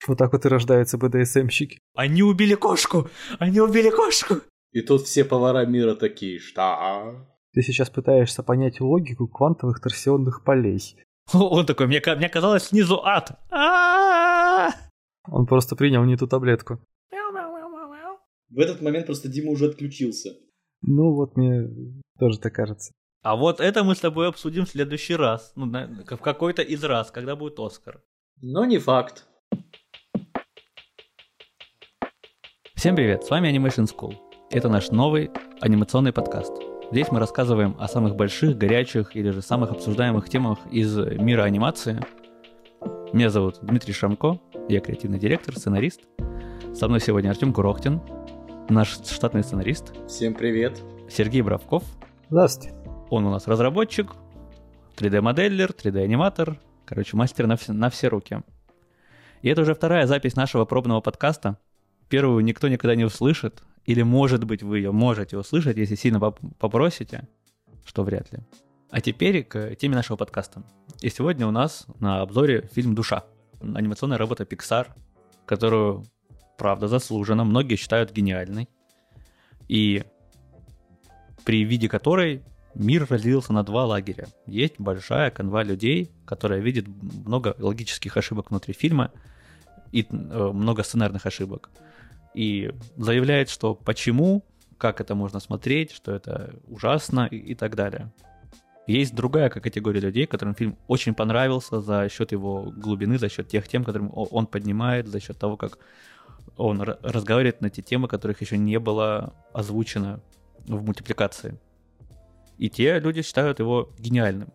Вот так вот и рождаются БДСМщики. Они убили кошку! Они убили кошку! И тут все повара мира такие, что? Ты сейчас пытаешься понять логику квантовых торсионных полей. Он такой, мне казалось, снизу ад. Он просто принял не ту таблетку. В этот момент просто Дима уже отключился. Ну вот мне тоже так кажется. А вот это мы с тобой обсудим в следующий раз. Ну, в какой-то из раз, когда будет Оскар. Но не факт. Всем привет, с вами Animation School. Это наш новый анимационный подкаст. Здесь мы рассказываем о самых больших, горячих или же самых обсуждаемых темах из мира анимации. Меня зовут Дмитрий Шамко, я креативный директор, сценарист. Со мной сегодня Артем Курохтин, наш штатный сценарист. Всем привет. Сергей Бравков. Здравствуйте. Он у нас разработчик, 3D-моделлер, 3D-аниматор, короче, мастер на все руки. И это уже вторая запись нашего пробного подкаста. Первую никто никогда не услышит, или, может быть, вы ее можете услышать, если сильно попросите, что вряд ли. А теперь к теме нашего подкаста. И сегодня у нас на обзоре фильм «Душа». Анимационная работа Pixar, которую, правда, заслуженно, многие считают гениальной. И при виде которой мир разделился на два лагеря. Есть большая канва людей, которая видит много логических ошибок внутри фильма и много сценарных ошибок. И заявляет, что почему, как это можно смотреть, что это ужасно и так далее. Есть другая категория людей, которым фильм очень понравился за счет его глубины, за счет тех тем, которые он поднимает, за счет того, как он разговаривает на те темы, которых еще не было озвучено в мультипликации. И те люди считают его гениальным.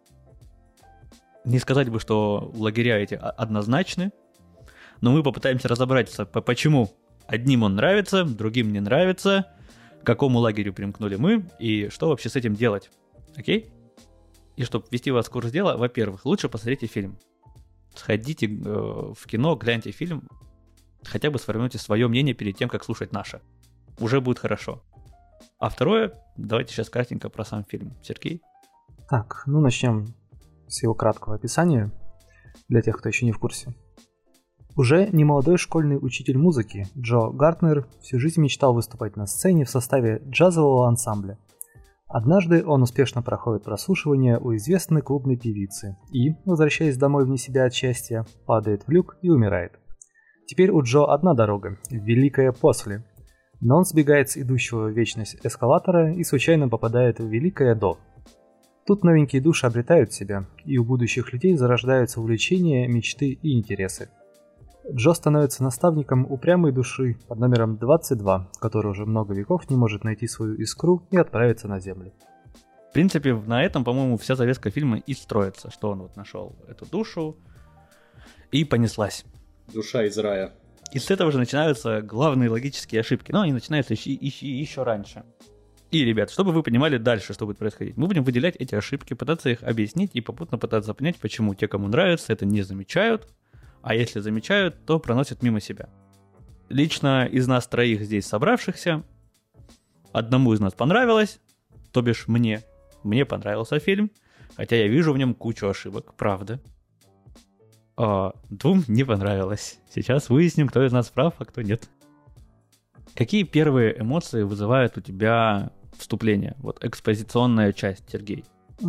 Не сказать бы, что лагеря эти однозначны, но мы попытаемся разобраться, почему одним он нравится, другим не нравится, к какому лагерю примкнули мы и что вообще с этим делать. Окей? И чтобы ввести вас в курс дела, во-первых, лучше посмотрите фильм. Сходите в кино, гляньте фильм, хотя бы сформируйте свое мнение перед тем, как слушать наше. Уже будет хорошо. А второе, давайте сейчас кратенько про сам фильм. Сергей? Так, начнем с его краткого описания, для тех, кто еще не в курсе. Уже немолодой школьный учитель музыки Джо Гартнер всю жизнь мечтал выступать на сцене в составе джазового ансамбля. Однажды он успешно проходит прослушивание у известной клубной певицы и, возвращаясь домой вне себя от счастья, падает в люк и умирает. Теперь у Джо одна дорога – великое после. Но он сбегает с идущего в вечность эскалатора и случайно попадает в великое до. Тут новенькие души обретают себя, и у будущих людей зарождаются увлечения, мечты и интересы. Джо становится наставником упрямой души под номером 22, который уже много веков не может найти свою искру и отправиться на землю. В принципе, на этом, по-моему, вся завязка фильма и строится, что он вот нашел эту душу и понеслась. Душа из рая. И с этого же начинаются главные логические ошибки, но они начинаются еще раньше. И, ребят, чтобы вы понимали дальше, что будет происходить, мы будем выделять эти ошибки, пытаться их объяснить и попутно пытаться понять, почему те, кому нравится, это не замечают, а если замечают, то проносят мимо себя. Лично из нас троих здесь собравшихся, одному из нас понравилось, то бишь мне понравился фильм, хотя я вижу в нем кучу ошибок, правда. А двум не понравилось. Сейчас выясним, кто из нас прав, а кто нет. Какие первые эмоции вызывает у тебя вступление? Вот экспозиционная часть, Сергей.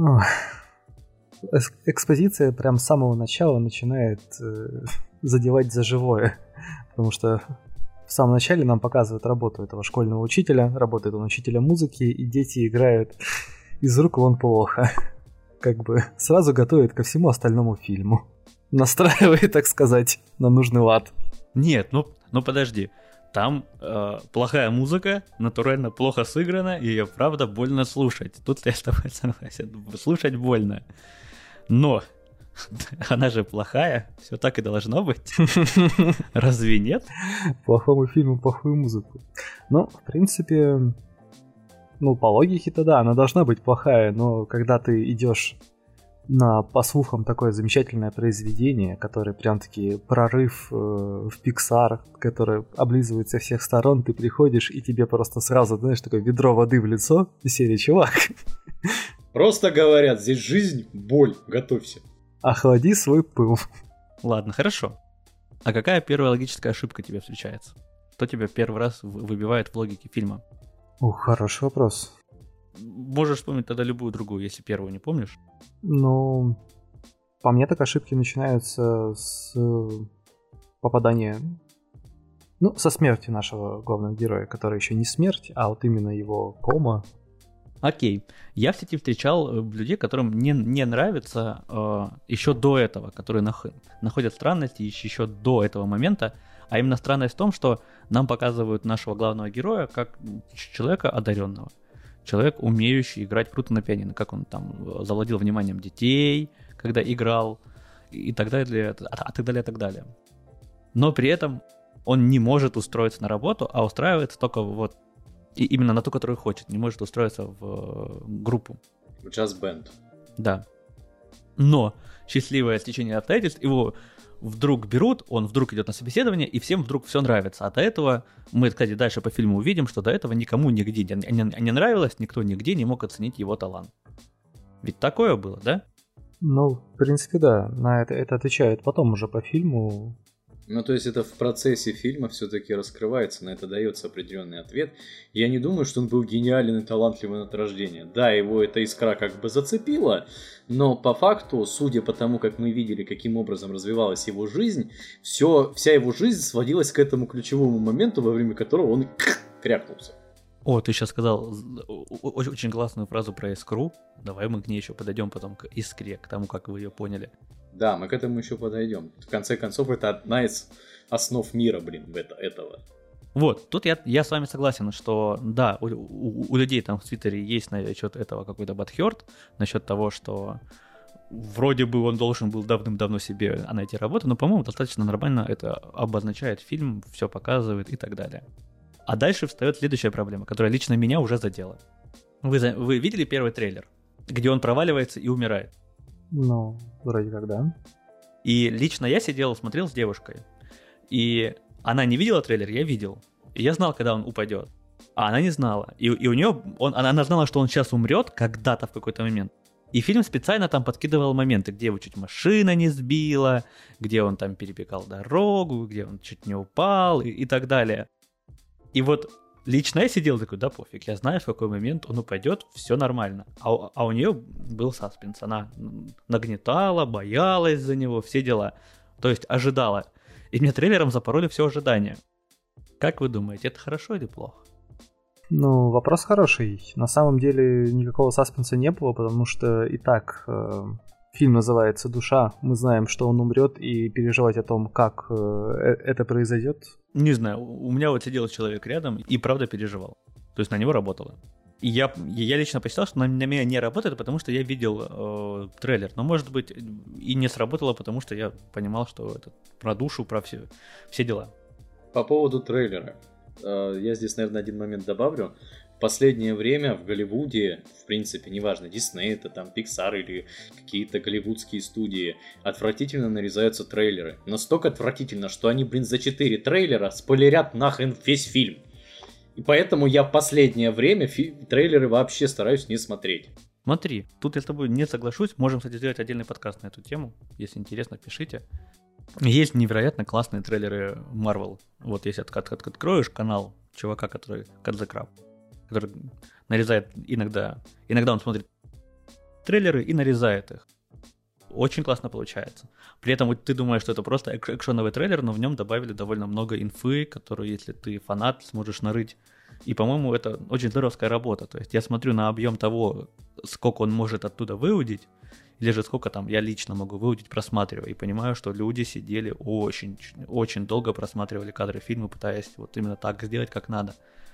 Экспозиция прям с самого начала начинает задевать за живое, потому что в самом начале нам показывают работу этого школьного учителя, работает он учителем музыки, и дети играют из рук вон плохо. Как бы сразу готовит ко всему остальному фильму. Настраивает, так сказать, на нужный лад. Нет, ну подожди. Там плохая музыка, натурально плохо сыграна, и ее правда больно слушать. Тут я с тобой согласен. Слушать больно. Но она же плохая, все так и должно быть. Разве нет? Плохому фильму плохую музыку. Ну, в принципе, по логике-то да, она должна быть плохая, но когда ты идешь по слухам такое замечательное произведение, которое прям-таки прорыв в Pixar, который облизывает со всех сторон, ты приходишь и тебе просто сразу, знаешь, такое ведро воды в лицо, из серии «Чувак». Просто говорят, здесь жизнь, боль, готовься. Охлади свой пыл. Ладно, хорошо. А какая первая логическая ошибка тебе встречается? Что тебя первый раз выбивает в логике фильма? Хороший вопрос. Можешь вспомнить тогда любую другую, если первую не помнишь. Ну, по мне так ошибки начинаются с попадания... со смерти нашего главного героя, который еще не смерть, а вот именно его кома. Окей. Я в сети встречал людей, которым не нравится еще до этого, которые находят странности еще до этого момента. А именно странность в том, что нам показывают нашего главного героя как человека одаренного. Человек, умеющий играть круто на пианино. Как он там завладел вниманием детей, когда играл, и так далее, а так далее, и так далее. Но при этом он не может устроиться на работу, а устраивается только вот и именно на ту, которую хочет. Не может устроиться в группу. В джаз-бенд. Да. Но счастливое стечение обстоятельств, его вдруг берут, он вдруг идет на собеседование, и всем вдруг все нравится. А до этого, мы, кстати, дальше по фильму увидим, что до этого никому нигде не нравилось, никто нигде не мог оценить его талант. Ведь такое было, да? В принципе, да. На это отвечают потом уже по фильму. То есть это в процессе фильма все-таки раскрывается, на это дается определенный ответ. Я не думаю, что он был гениален и талантливый от рождения. Да, его эта искра как бы зацепила, но по факту, судя по тому, как мы видели, каким образом развивалась его жизнь, вся его жизнь сводилась к этому ключевому моменту, во время которого он крякнулся. О, ты сейчас сказал очень классную фразу про искру. Давай мы к ней еще подойдем потом к искре, к тому, как вы ее поняли. Да, мы к этому еще подойдем. В конце концов, это одна из основ мира, этого. Вот, тут я с вами согласен, что да, у людей там в Твиттере есть насчет этого какой-то бадхёрт, насчет того, что вроде бы он должен был давным-давно себе найти работу, но, по-моему, достаточно нормально это обозначает фильм, все показывает и так далее. А дальше встает следующая проблема, которая лично меня уже задела. Вы видели первый трейлер, где он проваливается и умирает? Вроде как да. И лично я сидел, смотрел с девушкой, и она не видела трейлер, я видел. И я знал, когда он упадет. А она не знала. И у нее, она знала, что он сейчас умрет когда-то в какой-то момент. И фильм специально там подкидывал моменты, где его чуть машина не сбила, где он там перебегал дорогу, где он чуть не упал и так далее. И вот лично я сидел такой, да пофиг, я знаю, в какой момент он упадет, все нормально. А у нее был саспенс, она нагнетала, боялась за него, все дела. То есть ожидала. И мне трейлером запороли все ожидания. Как вы думаете, это хорошо или плохо? Вопрос хороший. На самом деле никакого саспенса не было, потому что и так фильм называется «Душа». Мы знаем, что он умрет, и переживать о том, как это произойдет. Не знаю, у меня вот сидел человек рядом и правда переживал. То есть на него работало. И я лично посчитал, что на меня не работает, потому что я видел трейлер. Но, может быть, и не сработало, потому что я понимал, что это про душу, про все дела. По поводу трейлера. Я здесь, наверное, один момент добавлю. В последнее время в Голливуде, в принципе, неважно, Disney, это там Pixar или какие-то голливудские студии, отвратительно нарезаются трейлеры. Настолько отвратительно, что они, за 4 трейлера спойлерят нахрен весь фильм. И поэтому я в последнее время трейлеры вообще стараюсь не смотреть. Смотри, тут я с тобой не соглашусь. Можем, кстати, сделать отдельный подкаст на эту тему. Если интересно, пишите. Есть невероятно классные трейлеры Marvel. Вот если откроешь канал чувака, который Cut the Crap, который нарезает иногда он смотрит трейлеры и нарезает их. Очень классно получается. При этом ты думаешь, что это просто экшоновый трейлер, но в нем добавили довольно много инфы, которую, если ты фанат, сможешь нарыть. И, по-моему, это очень здоровская работа. То есть я смотрю на объем того, сколько он может оттуда выудить, или же сколько там я лично могу выудить, просматривая, и понимаю, что люди сидели очень долго, просматривали кадры фильма, пытаясь вот именно так сделать, как надо.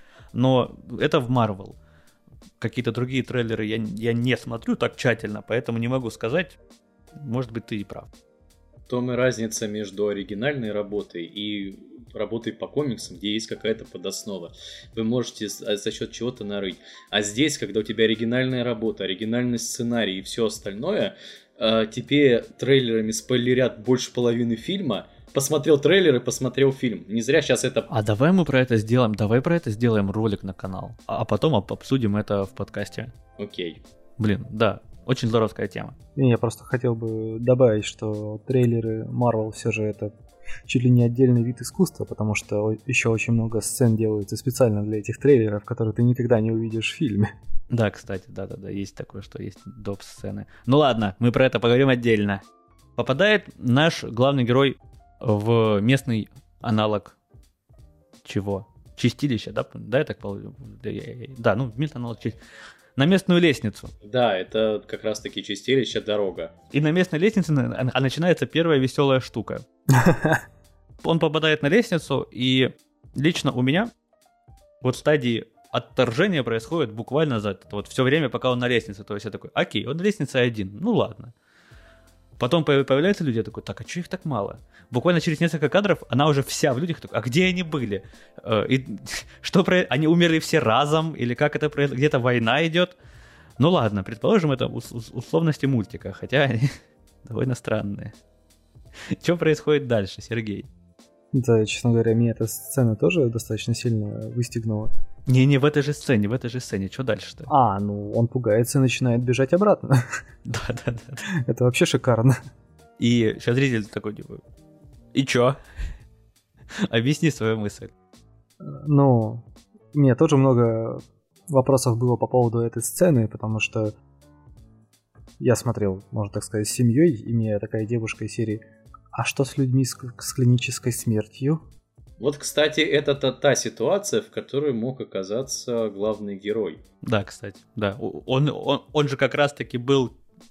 Но это в Marvel. Какие-то другие трейлеры я не смотрю так тщательно, поэтому не могу сказать. Может быть, ты и прав. В том и разница между оригинальной работой и работой по комиксам, где есть какая-то подоснова. Вы можете за счет чего-то нарыть. А здесь, когда у тебя оригинальная работа, оригинальный сценарий и все остальное, тебе трейлерами спойлерят больше половины фильма. Посмотрел трейлер и посмотрел фильм. Не зря сейчас это... А давай мы про это сделаем. Давай про это сделаем ролик на канал. А потом обсудим это в подкасте. Окей. Блин, да. Очень здоровская тема. Я просто хотел бы добавить, что трейлеры Marvel все же это чуть ли не отдельный вид искусства, потому что еще очень много сцен делается специально для этих трейлеров, которые ты никогда не увидишь в фильме. Да, кстати, да-да-да, есть такое, что есть доп-сцены. Ну ладно, мы про это поговорим отдельно. Попадает наш главный герой в местный аналог чего? Чистилище, да? Да, я так понял? Да, ну, местный аналог на местную лестницу. Да, это как раз-таки чистилище, дорога. И на местной лестнице начинается первая веселая штука. Он попадает на лестницу, и лично у меня вот в стадии отторжения происходит буквально за вот все время, пока он на лестнице. То есть я такой, окей, он на лестнице один, ну ладно. Потом появляются люди, я такой, так, а что их так мало? Буквально через несколько кадров она уже вся в людях, такой, а где они были? И что они умерли все разом? Или как это происходит? Где-то война идет? Ну ладно, предположим, это условности мультика, хотя они довольно странные. Что происходит дальше, Сергей? Да, честно говоря, меня эта сцена тоже достаточно сильно выстегнула. Не в этой же сцене, что дальше-то? Ну он пугается и начинает бежать обратно. Да. Это вообще шикарно. И сейчас зритель такой, типа, и чё? Объясни свою мысль. Ну, у меня тоже много вопросов было по поводу этой сцены, потому что я смотрел, можно так сказать, с семьей, и мне такая девушка из серии «А что с людьми с клинической смертью?» Вот, кстати, это та ситуация, в которой мог оказаться главный герой. Да, кстати, да. Он же как раз-таки был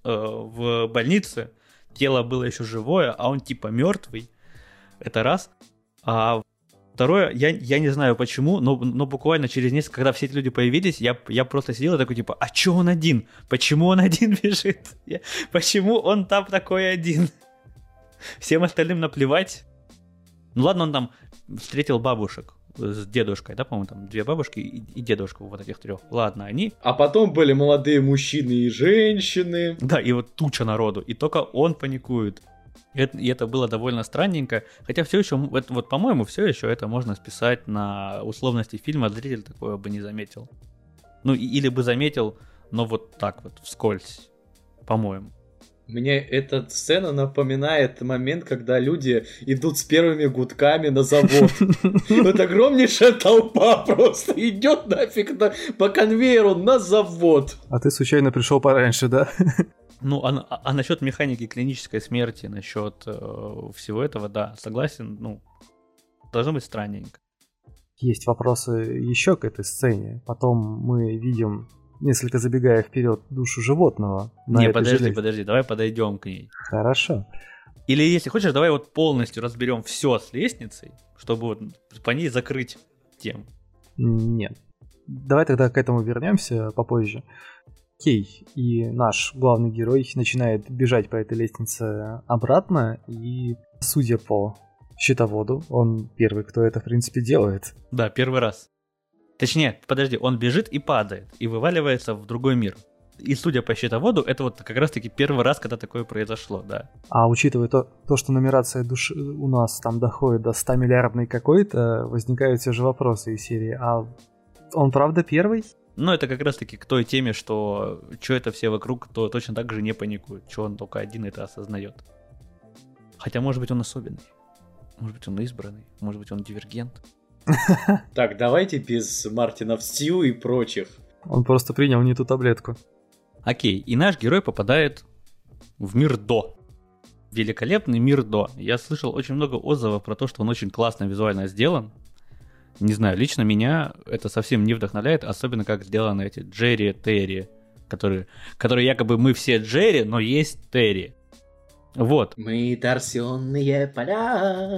в больнице, тело было еще живое, а он типа мертвый. Это раз. А второе, я не знаю почему, но буквально через несколько, когда все эти люди появились, я просто сидел и такой типа, а чё он один? Почему он один бежит? Почему он там такой один? Всем остальным наплевать. Ну ладно, он там встретил бабушек с дедушкой, да, по-моему, там 2 бабушки и дедушку, вот этих 3. Ладно, они... А потом были молодые мужчины и женщины. Да, и вот туча народу, и только он паникует. И это было довольно странненько, хотя все еще, вот по-моему, все еще это можно списать на условности фильма, зритель такое бы не заметил. Ну, или бы заметил, но вот так вот, вскользь, по-моему. Мне эта сцена напоминает момент, когда люди идут с первыми гудками на завод. Вот огромнейшая толпа просто идет нафиг по конвейеру на завод. А ты случайно пришел пораньше, да? Ну, а насчет механики клинической смерти, насчет всего этого, да, согласен, ну, должно быть странненько. Есть вопросы еще к этой сцене. Потом мы видим, несколько забегая вперед, душу животного. Не, подожди, давай подойдем к ней. Хорошо. Или, если хочешь, давай вот полностью разберем все с лестницей, чтобы вот по ней закрыть тему. Нет. Давай тогда к этому вернемся попозже. Окей, и наш главный герой начинает бежать по этой лестнице обратно, и, судя по счетоводу, он первый, кто это, в принципе, делает. Да, первый раз. Точнее, подожди, он бежит и падает, и вываливается в другой мир. И, судя по счетоводу, это вот как раз-таки первый раз, когда такое произошло, да. А учитывая то, что нумерация души у нас там доходит до 100 миллиардной какой-то, возникают все же вопросы из серии, а он правда первый? Ну, это как раз-таки к той теме, что это все вокруг, то точно так же не паникуют, что он только один это осознает. Хотя, может быть, он особенный, может быть, он избранный, может быть, он дивергент. Так, давайте без Мартина Стью и прочих. Он просто принял не ту таблетку. Окей, и наш герой попадает в мир до. Великолепный мир до. Я слышал очень много отзывов про то, что он очень классно визуально сделан. Не знаю, лично меня это совсем не вдохновляет, особенно как сделаны эти Джерри, Терри, которые якобы мы все Джерри, но есть Терри. Вот. Мы торсионные поля.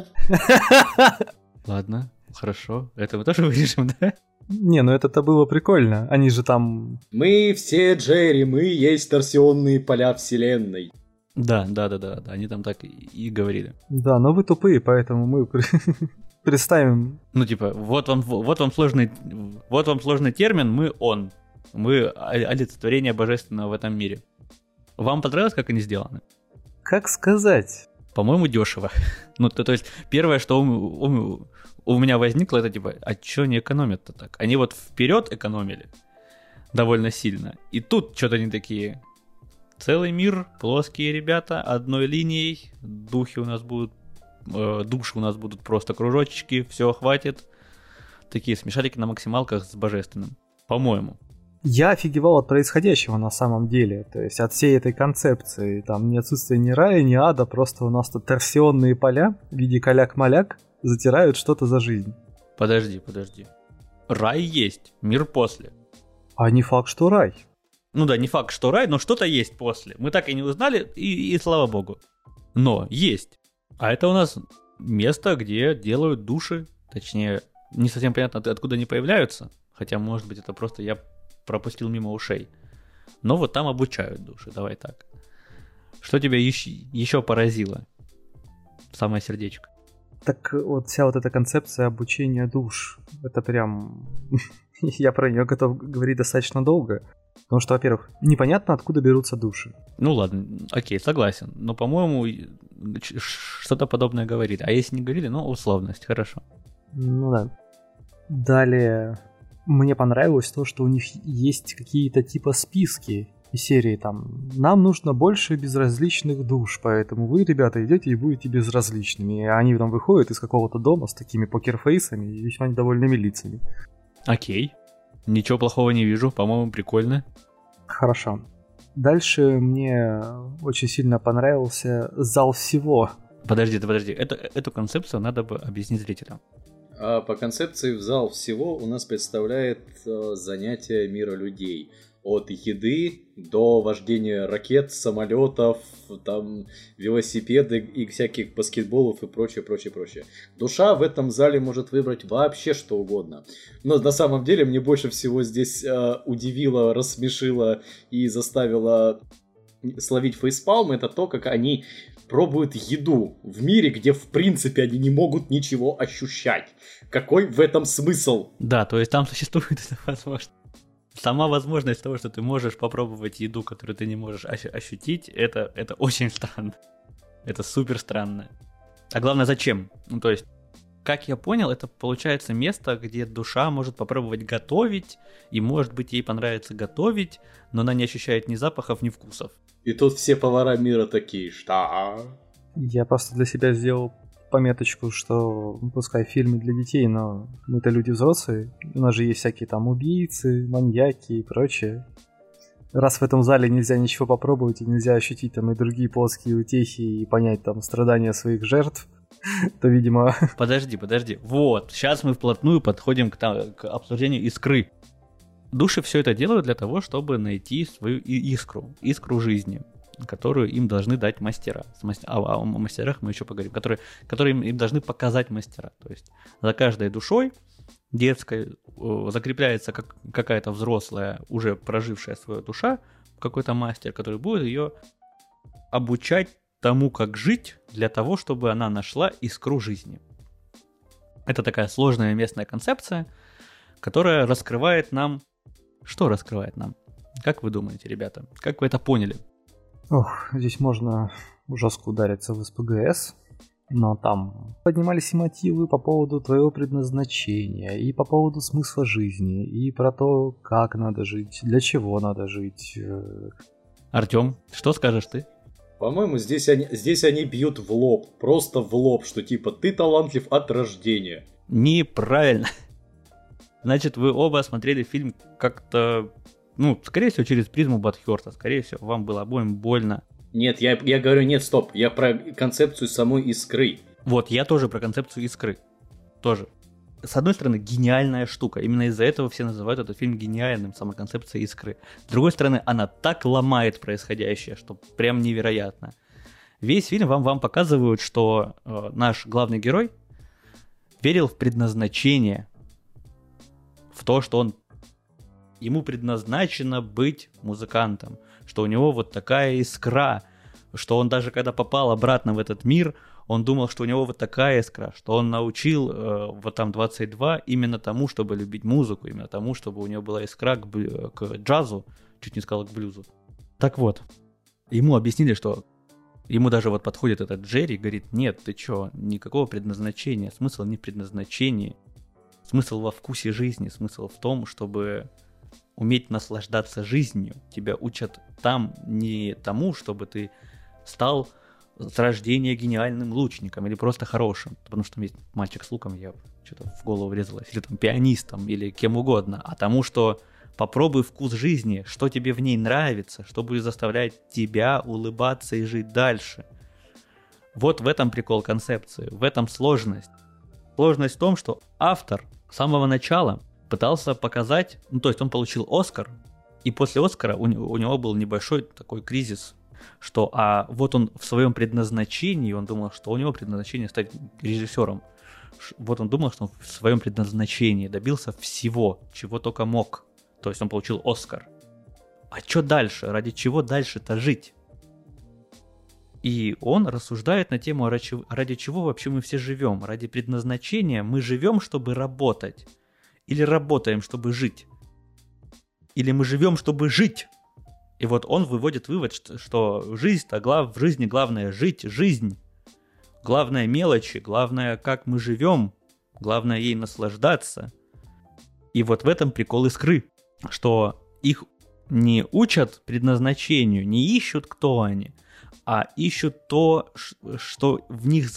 Ладно, хорошо. Это мы тоже вырежем, да? Не, ну это-то было прикольно. Они же там... Мы все Джерри, мы есть торсионные поля вселенной. Да, они там так и говорили. Да, но вы тупые, поэтому мы представим... Ну типа, вот вам сложный термин, мы олицетворение божественного в этом мире. Вам понравилось, как они сделаны? Как сказать? По-моему, дешево. Ну, то есть, первое, что у меня возникло, это типа, а чё они экономят-то так? Они вот вперед экономили довольно сильно. И тут что-то они такие... Целый мир, плоские ребята, одной линией, духи у нас будут души у нас будут просто кружочки, все, хватит. Такие смешарики на максималках с божественным. По-моему. Я офигевал от происходящего на самом деле, то есть от всей этой концепции. Там ни отсутствие ни рая, ни ада, просто у нас тут торсионные поля в виде каляк-маляк затирают что-то за жизнь. Подожди. Рай есть, мир после. А не факт, что рай. Ну да, не факт, что рай, но что-то есть после. Мы так и не узнали, и слава богу. Но есть. А это у нас место, где делают души, точнее, не совсем понятно, откуда они появляются. Хотя, может быть, это просто я пропустил мимо ушей. Но вот там обучают души, давай так. Что тебя еще поразило? Самое сердечко. Так вот вся вот эта концепция обучения душ, это прям... Я про нее готов говорить достаточно долго. Потому что, во-первых, непонятно, откуда берутся души. Ну ладно, окей, согласен. Но, по-моему, что-то подобное говорит. А если не говорили, ну, условность, хорошо. Ну да. Далее, мне понравилось то, что у них есть какие-то типа списки из серии там «Нам нужно больше безразличных душ, поэтому вы, ребята, идете и будете безразличными». И они там выходят из какого-то дома с такими покерфейсами и весьма недовольными лицами. Окей. Ничего плохого не вижу, по-моему, прикольно. Хорошо. Дальше мне очень сильно понравился зал всего. Подожди. Эту концепцию надо бы объяснить зрителям. А по концепции в зал всего у нас представляет занятие мира людей. От еды до вождения ракет, самолетов, там, велосипеды и всяких баскетболов и прочее. Душа в этом зале может выбрать вообще что угодно. Но на самом деле мне больше всего здесь удивило, рассмешило и заставило словить фейспалм, это то, как они пробуют еду в мире, где в принципе они не могут ничего ощущать. Какой в этом смысл? Да, то есть там существует эта возможность. Сама возможность того, что ты можешь попробовать еду, которую ты не можешь ощутить, это очень странно. Это супер странно. А главное, зачем? Ну, то есть, как я понял, это получается место, где душа может попробовать готовить, и, может быть, ей понравится готовить, но она не ощущает ни запахов, ни вкусов. И тут все повара мира такие, что? Я просто для себя сделал пометочку, что пускай фильмы для детей, но мы-то люди взрослые, у нас же есть всякие там убийцы, маньяки и прочее. Раз в этом зале нельзя ничего попробовать и нельзя ощутить там и другие плоские утехи и понять там страдания своих жертв, то, видимо... Подожди. Вот, сейчас мы вплотную подходим к обсуждению искры. Души все это делают для того, чтобы найти свою искру жизни, которую им должны дать мастера. О мастерах мы еще поговорим, которые им должны показать мастера. То есть за каждой душой детской закрепляется какая-то взрослая, уже прожившая свою душа, какой-то мастер, который будет ее обучать тому, как жить, для того, чтобы она нашла искру жизни. Это такая сложная местная концепция, которая раскрывает нам... Что раскрывает нам? Как вы думаете, ребята? Как вы это поняли? Ох, здесь можно жестко удариться в СПГС, но там поднимались и мотивы по поводу твоего предназначения, и по поводу смысла жизни, и про то, как надо жить, для чего надо жить. Артём, что скажешь ты? По-моему, здесь они бьют в лоб, просто в лоб, что типа ты талантлив от рождения. Неправильно. Значит, вы оба смотрели фильм как-то, скорее всего, через призму Бадхёрста. Скорее всего, вам было обоим больно. Нет, я говорю, нет, стоп. Я про концепцию самой искры. Вот, я тоже про концепцию искры. Тоже. С одной стороны, гениальная штука. Именно из-за этого все называют этот фильм гениальным, сама концепция искры. С другой стороны, она так ломает происходящее, что прям невероятно. Весь фильм вам показывают, что наш главный герой верил в предназначение, в то, что ему предназначено быть музыкантом, что у него вот такая искра, что он даже когда попал обратно в этот мир, он думал, что у него вот такая искра, что он научил вот там 22 именно тому, чтобы любить музыку, именно тому, чтобы у него была искра к джазу, чуть не сказал к блюзу. Так вот, ему объяснили, что ему даже вот подходит этот Джерри и говорит: нет, ты чё, никакого предназначения, смысл не в предназначении. Смысл во вкусе жизни, смысл в том, чтобы уметь наслаждаться жизнью. Тебя учат там не тому, чтобы ты стал с рождения гениальным лучником или просто хорошим, потому что там есть мальчик с луком, я что-то в голову врезалось, или там пианистом, или кем угодно, а тому, что попробуй вкус жизни, что тебе в ней нравится, что будет заставлять тебя улыбаться и жить дальше. Вот в этом прикол концепции, в этом сложность. Сложность в том, что автор с самого начала пытался показать, ну то есть он получил Оскар, и после Оскара у него был небольшой такой кризис, что вот он в своем предназначении, он думал, что у него предназначение стать режиссером. Вот он думал, что он в своем предназначении добился всего, чего только мог. То есть он получил Оскар. А что дальше? Ради чего дальше-то жить? И он рассуждает на тему, ради чего вообще мы все живем. Ради предназначения мы живем, чтобы работать. Или работаем, чтобы жить. Или мы живем, чтобы жить. И вот он выводит вывод, что в жизни главное жить жизнь. Главное мелочи, главное, как мы живем. Главное ей наслаждаться. И вот в этом прикол Искры. Что их не учат предназначению, не ищут, кто они, а ищут то, что в них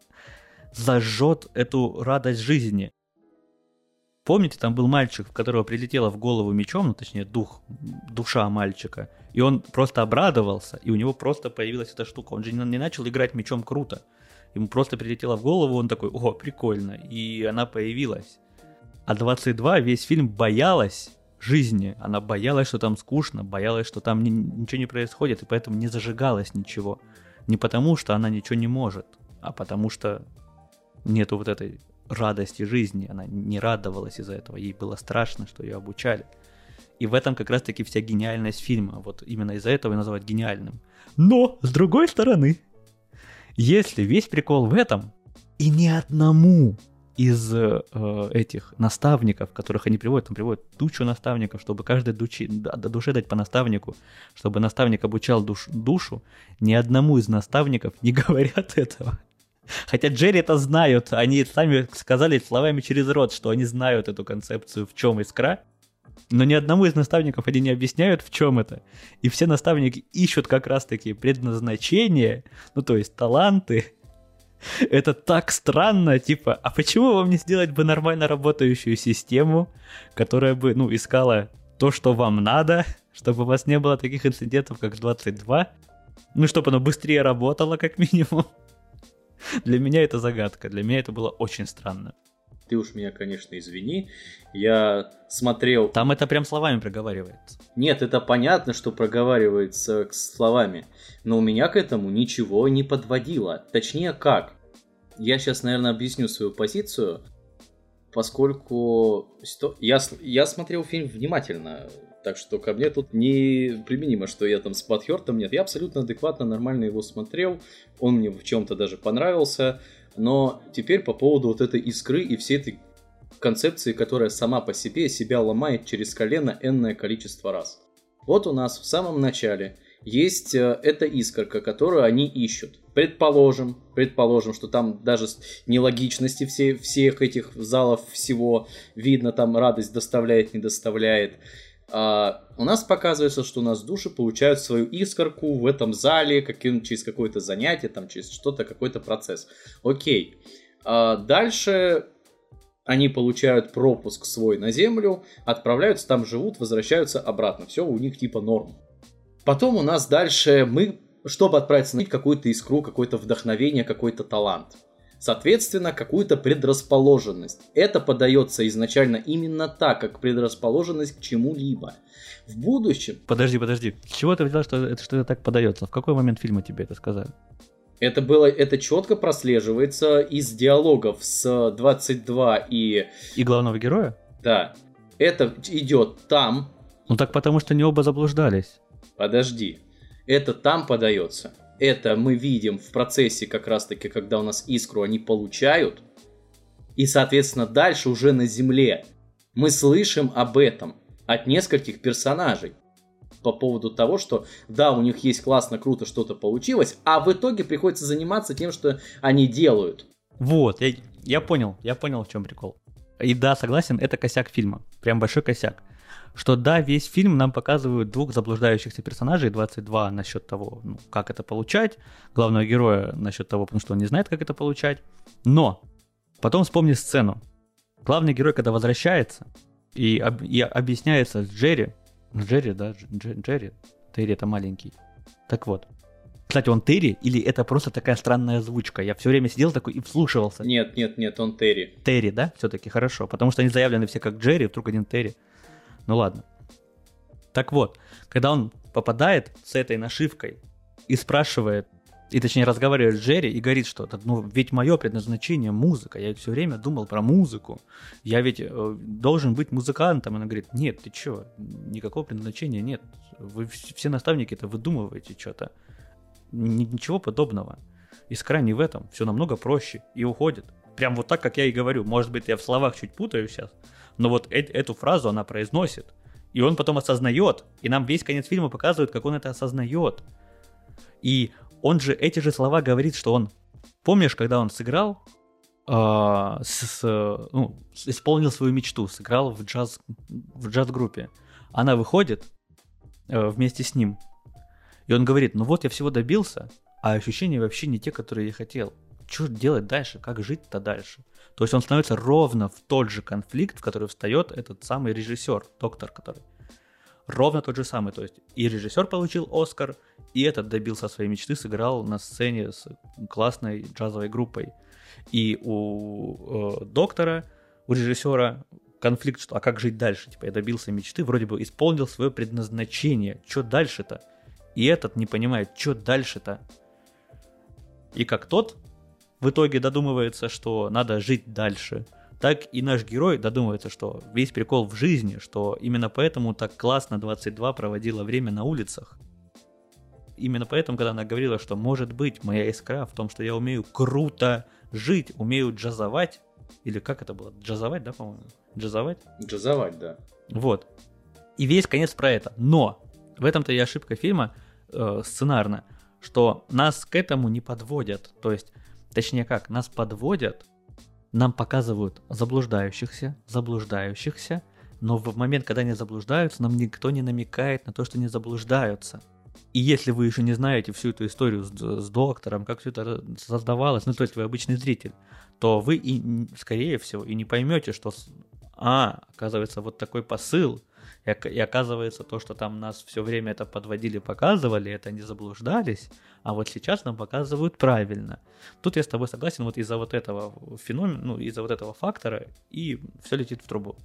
зажжет эту радость жизни. Помните, там был мальчик, в которого прилетело в голову мечом, ну точнее душа мальчика, и он просто обрадовался, и у него просто появилась эта штука. Он же не начал играть мечом круто. Ему просто прилетело в голову, он такой: о, прикольно, и она появилась. А 22 весь фильм боялась жизни, она боялась, что там скучно, боялась, что там ничего не происходит, и поэтому не зажигалось ничего. Не потому, что она ничего не может, а потому что нету вот этой радости жизни, она не радовалась из-за этого, ей было страшно, что ее обучали. И в этом как раз-таки вся гениальность фильма, вот именно из-за этого и называют гениальным. Но, с другой стороны, если весь прикол в этом, и ни одному из этих наставников, которых они приводят, там приводят тучу наставников, чтобы каждой душе дать по наставнику, чтобы наставник обучал душу, ни одному из наставников не говорят этого. Хотя Джерри это знают, они сами сказали словами через рот, что они знают эту концепцию, в чем Искра, но ни одному из наставников они не объясняют, в чем это. И все наставники ищут как раз-таки предназначение, ну то есть таланты. Это так странно, типа, а почему вам не сделать бы нормально работающую систему, которая бы, ну, искала то, что вам надо, чтобы у вас не было таких инцидентов, как 22, ну, чтобы оно быстрее работало, как минимум. Для меня это загадка, для меня это было очень странно. Ты уж меня, конечно, извини, я смотрел... Там это прям словами проговаривается. Нет, это понятно, что проговаривается словами, но у меня к этому ничего не подводило. Точнее, как? Я сейчас, наверное, объясню свою позицию, поскольку я смотрел фильм внимательно, так что ко мне тут не применимо, что я там с подхёртом, нет. Я абсолютно адекватно, нормально его смотрел, он мне в чем-то даже понравился. Но теперь по поводу вот этой искры и всей этой концепции, которая сама по себе себя ломает через колено энное количество раз. Вот у нас в самом начале есть эта искорка, которую они ищут. Предположим, что там даже нелогичности всех этих залов всего видно, там радость доставляет, не доставляет. У нас показывается, что у нас души получают свою искорку в этом зале через какое-то занятие, там, через что-то, какой-то процесс. Окей. Дальше они получают пропуск свой на землю, отправляются, там живут, возвращаются обратно. Все у них типа норм. Потом у нас дальше чтобы отправиться на какую-то искру, какое-то вдохновение, какой-то талант. Соответственно, какую-то предрасположенность. Это подается изначально именно так, как предрасположенность к чему-либо. В будущем... Подожди. С чего ты взял, что это так подается? В какой момент фильма тебе это сказали? Это четко прослеживается из диалогов с 22 и... И главного героя? Да. Это идет там. Ну так потому что не оба заблуждались. Подожди. Это там подается. Это мы видим в процессе как раз-таки, когда у нас искру они получают. И, соответственно, дальше уже на земле мы слышим об этом от нескольких персонажей. По поводу того, что да, у них есть классно, круто, что-то получилось, а в итоге приходится заниматься тем, что они делают. Вот, я понял, в чем прикол. И да, согласен, это косяк фильма. Прям большой косяк. что да, весь фильм нам показывают двух заблуждающихся персонажей, 22 насчет того, как это получать, главного героя насчет того, потому что он не знает, как это получать. Но потом вспомни сцену. Главный герой, когда возвращается и объясняется с Джерри. Джерри, да? Джерри. Терри это маленький. Так вот. Кстати, он Терри или это просто такая странная озвучка? Я все время сидел такой и вслушивался. Нет, он Терри. Терри, да? Все-таки хорошо. Потому что они заявлены все как Джерри, вдруг один Терри. Ну ладно. Так вот, когда он попадает с этой нашивкой и спрашивает, и точнее разговаривает с Джерри и говорит что-то, ведь мое предназначение музыка, я все время думал про музыку, я ведь должен быть музыкантом. Она говорит, нет, ты чё, никакого предназначения нет, вы все наставники-то выдумываете что-то. Ничего подобного. Искра не в этом, все намного проще и уходит. Прям вот так, как я и говорю. Может быть, я в словах чуть путаю сейчас, но вот эту фразу она произносит. И он потом осознает, и нам весь конец фильма показывает, как он это осознает. И он же эти же слова говорит, что он... Помнишь, когда он сыграл, исполнил свою мечту, сыграл в джаз-группе. Она выходит вместе с ним, и он говорит, я всего добился, а ощущения вообще не те, которые я хотел. Что делать дальше? Как жить-то дальше? То есть он становится ровно в тот же конфликт, в который встает этот самый режиссер, доктор, который. Ровно тот же самый. То есть и режиссер получил Оскар, и этот добился своей мечты, сыграл на сцене с классной джазовой группой. И у доктора, у режиссера конфликт, что а как жить дальше? Типа я добился мечты, вроде бы исполнил свое предназначение. Что дальше-то? И этот не понимает, что дальше-то. И как тот в итоге додумывается, что надо жить дальше, так и наш герой додумывается, что весь прикол в жизни, что именно поэтому так классно 22 проводила время на улицах. Именно поэтому, когда она говорила, что может быть моя искра в том, что я умею круто жить, умею джазовать, или как это было? Джазовать, да, по-моему? Джазовать? Джазовать, да. Вот. И весь конец про это. Но в этом-то и ошибка фильма сценарная, что нас к этому не подводят. То есть, точнее как, нас подводят, нам показывают заблуждающихся, но в момент, когда они заблуждаются, нам никто не намекает на то, что они заблуждаются. И если вы еще не знаете всю эту историю с доктором, как все это создавалось, то есть вы обычный зритель, то вы, скорее всего, и не поймете, что, оказывается, вот такой посыл, и оказывается, то, что там нас все время это подводили, показывали, это не заблуждались, а вот сейчас нам показывают правильно. Тут я с тобой согласен, вот из-за вот этого феномена, из-за вот этого фактора, и все летит в трубу.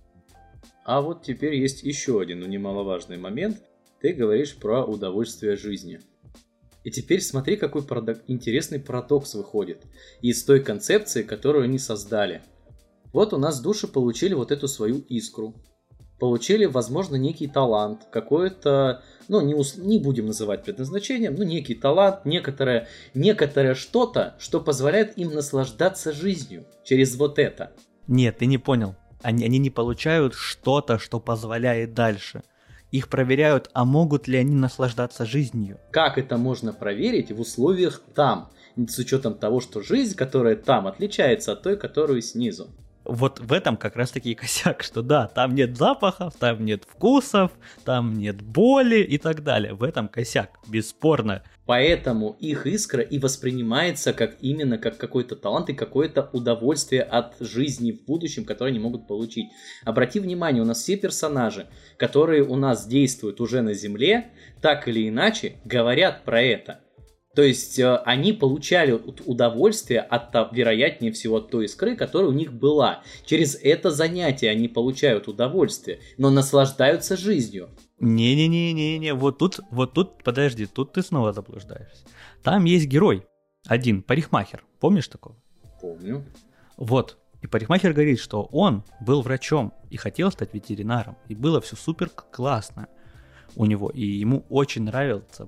А вот теперь есть еще один, немаловажный момент. Ты говоришь про удовольствие жизни. И теперь смотри, какой интересный парадокс выходит из той концепции, которую они создали. Вот у нас души получили вот эту свою искру. Получили, возможно, некий талант, какое-то, не будем называть предназначением, некий талант, некоторое что-то, что позволяет им наслаждаться жизнью через вот это. Нет, ты не понял. Они не получают что-то, что позволяет дальше. Их проверяют, а могут ли они наслаждаться жизнью. Как это можно проверить в условиях там, с учетом того, что жизнь, которая там, отличается от той, которую снизу? Вот в этом как раз таки косяк, что да, там нет запахов, там нет вкусов, там нет боли и так далее. В этом косяк, бесспорно. Поэтому их искра и воспринимается именно как какой-то талант и какое-то удовольствие от жизни в будущем, которое они могут получить. Обрати внимание, у нас все персонажи, которые у нас действуют уже на Земле, так или иначе говорят про это. То есть они получали удовольствие от, вероятнее всего, от той искры, которая у них была. Через это занятие они получают удовольствие, но наслаждаются жизнью. Не-не-не-не-не, вот тут, подожди, тут ты снова заблуждаешься. Там есть герой, один, парикмахер, помнишь такого? Помню. Вот, и парикмахер говорит, что он был врачом и хотел стать ветеринаром, и было все супер классно у него, и ему очень нравилось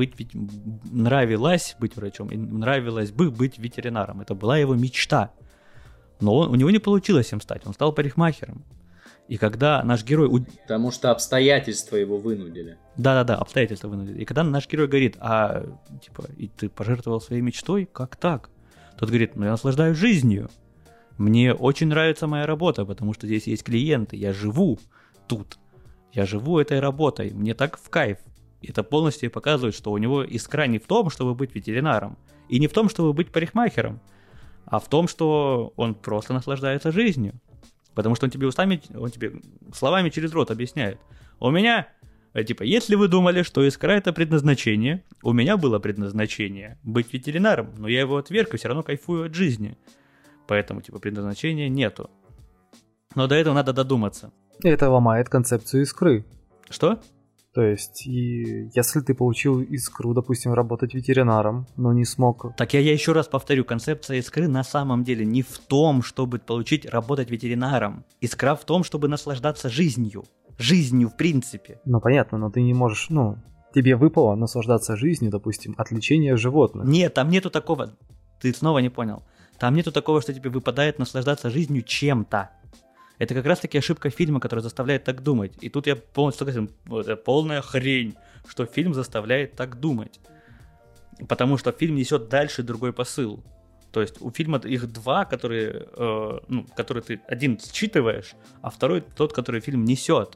быть врачом, и нравилось бы быть ветеринаром, это была его мечта, но у него не получилось им стать, он стал парикмахером. И когда наш герой... Потому что обстоятельства его вынудили. Да-да-да, обстоятельства вынудили. И когда наш герой говорит, и ты пожертвовал своей мечтой? Как так? Тот говорит, я наслаждаюсь жизнью. Мне очень нравится моя работа, потому что здесь есть клиенты, я живу тут. Я живу этой работой, мне так в кайф. Это полностью показывает, что у него искра не в том, чтобы быть ветеринаром, и не в том, чтобы быть парикмахером, а в том, что он просто наслаждается жизнью. Потому что он тебе словами через рот объясняет. У меня, если вы думали, что искра это предназначение, у меня было предназначение быть ветеринаром, но я его отверг и все равно кайфую от жизни. Поэтому, предназначения нету. Но до этого надо додуматься. Это ломает концепцию искры. Что? То есть, и если ты получил искру, допустим, работать ветеринаром, но не смог... Так я еще раз повторю, концепция искры на самом деле не в том, чтобы работать ветеринаром. Искра в том, чтобы наслаждаться жизнью. Жизнью, в принципе. Ну, понятно, но ты не можешь, тебе выпало наслаждаться жизнью, допустим, от лечения животных. Нет, там нету такого... Ты снова не понял. Там нету такого, что тебе выпадает наслаждаться жизнью чем-то. Это как раз-таки ошибка фильма, которая заставляет так думать. И тут я полностью согласен, это полная хрень, что фильм заставляет так думать. Потому что фильм несет дальше другой посыл. То есть у фильма их два, которые ты один считываешь, а второй тот, который фильм несет.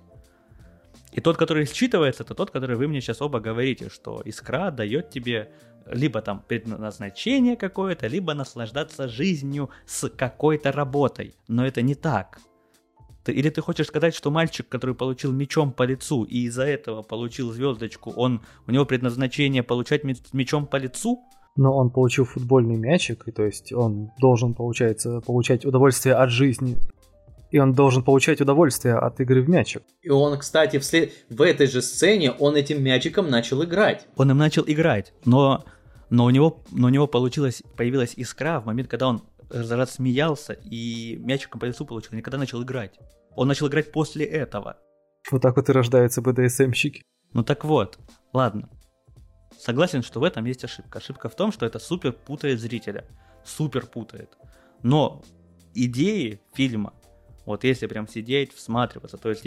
И тот, который считывается, это тот, который вы мне сейчас оба говорите, что искра дает тебе либо там предназначение какое-то, либо наслаждаться жизнью с какой-то работой. Но это не так. Или ты хочешь сказать, что мальчик, который получил мечом по лицу и из-за этого получил звездочку, у него предназначение получать мечом по лицу? Но он получил футбольный мячик, и то есть он должен, получать удовольствие от жизни. И он должен получать удовольствие от игры в мячик. И он, кстати, в этой же сцене он этим мячиком начал играть. Он им начал играть, но у него появилась искра в момент, когда он рассмеялся и мячиком по лицу получил, и когда начал играть. Он начал играть после этого. Вот так вот и рождаются БДСМщики. Ну так вот, ладно. Согласен, что в этом есть ошибка. Ошибка в том, что это супер путает зрителя. Супер путает. Но идеи фильма, вот если прям сидеть, всматриваться, то есть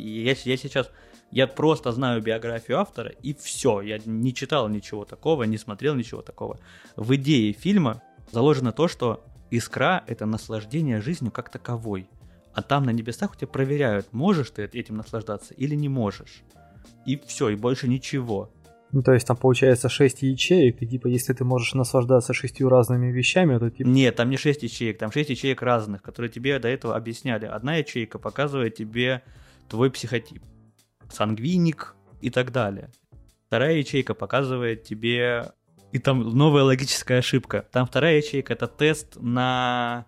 я просто знаю биографию автора, и все. Я не читал ничего такого, не смотрел ничего такого. В идее фильма заложено то, что искра — это наслаждение жизнью как таковой. А там на небесах у тебя проверяют, можешь ты этим наслаждаться или не можешь. И все, и больше ничего. Ну, то есть там получается 6 ячеек, и если ты можешь наслаждаться 6 разными вещами, то Нет, там не 6 ячеек, там 6 ячеек разных, которые тебе до этого объясняли. Одна ячейка показывает тебе твой психотип, сангвиник и так далее. Вторая ячейка показывает тебе... И там новая логическая ошибка. Там вторая ячейка — это тест на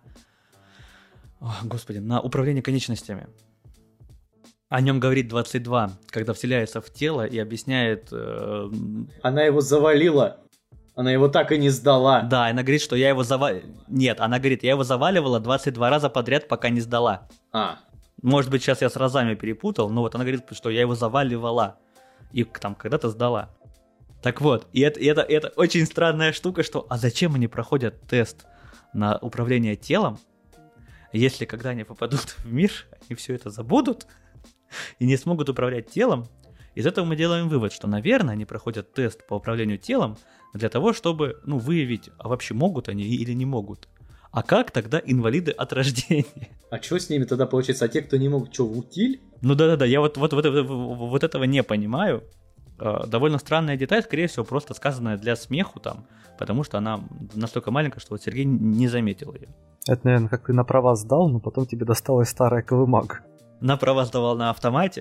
управление конечностями. О нем говорит 22, когда вселяется в тело и объясняет... Она его завалила. Она его так и не сдала. Да, она говорит, что я его Нет, она говорит, я его заваливала 22 раза подряд, пока не сдала. Может быть, сейчас я с разами перепутал, но вот она говорит, что я его заваливала. И там когда-то сдала. Так вот, и это очень странная штука, что... А зачем они проходят тест на управление телом, если когда они попадут в мир, они все это забудут и не смогут управлять телом? Из этого мы делаем вывод, что, наверное, они проходят тест по управлению телом для того, чтобы, выявить, а вообще могут они или не могут. А как тогда инвалиды от рождения? А что с ними тогда получается? А те, кто не могут, что, в утиль? Ну да-да-да, я вот этого не понимаю. Довольно странная деталь, скорее всего, просто сказанная для смеху там, потому что она настолько маленькая, что вот Сергей не заметил ее. Это, наверное, как ты на права сдал, но потом тебе досталась старая КВ-маг. На права сдавал на автомате,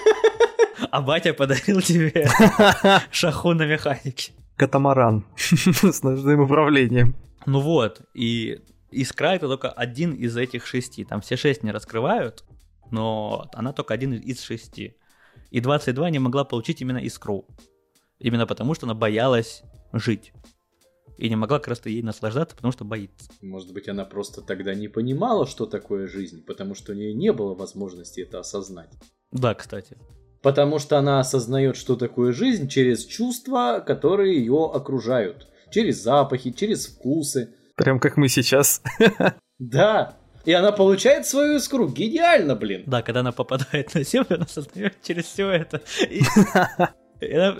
а батя подарил тебе шаху на механике. Катамаран с ножным управлением. Ну вот, и искра — это только один из этих 6. Там все 6 не раскрывают, но она только один из 6. И 22 не могла получить именно искру. Именно потому, что она боялась жить. И не могла как раз-то ей наслаждаться, потому что боится. Может быть, она просто тогда не понимала, что такое жизнь, потому что у нее не было возможности это осознать. Да, кстати. Потому что она осознает, что такое жизнь через чувства, которые ее окружают. Через запахи, через вкусы. Прям как мы сейчас. Да. И она получает свою искру. Гениально, блин. Да, когда она попадает на землю, она осознает через все это.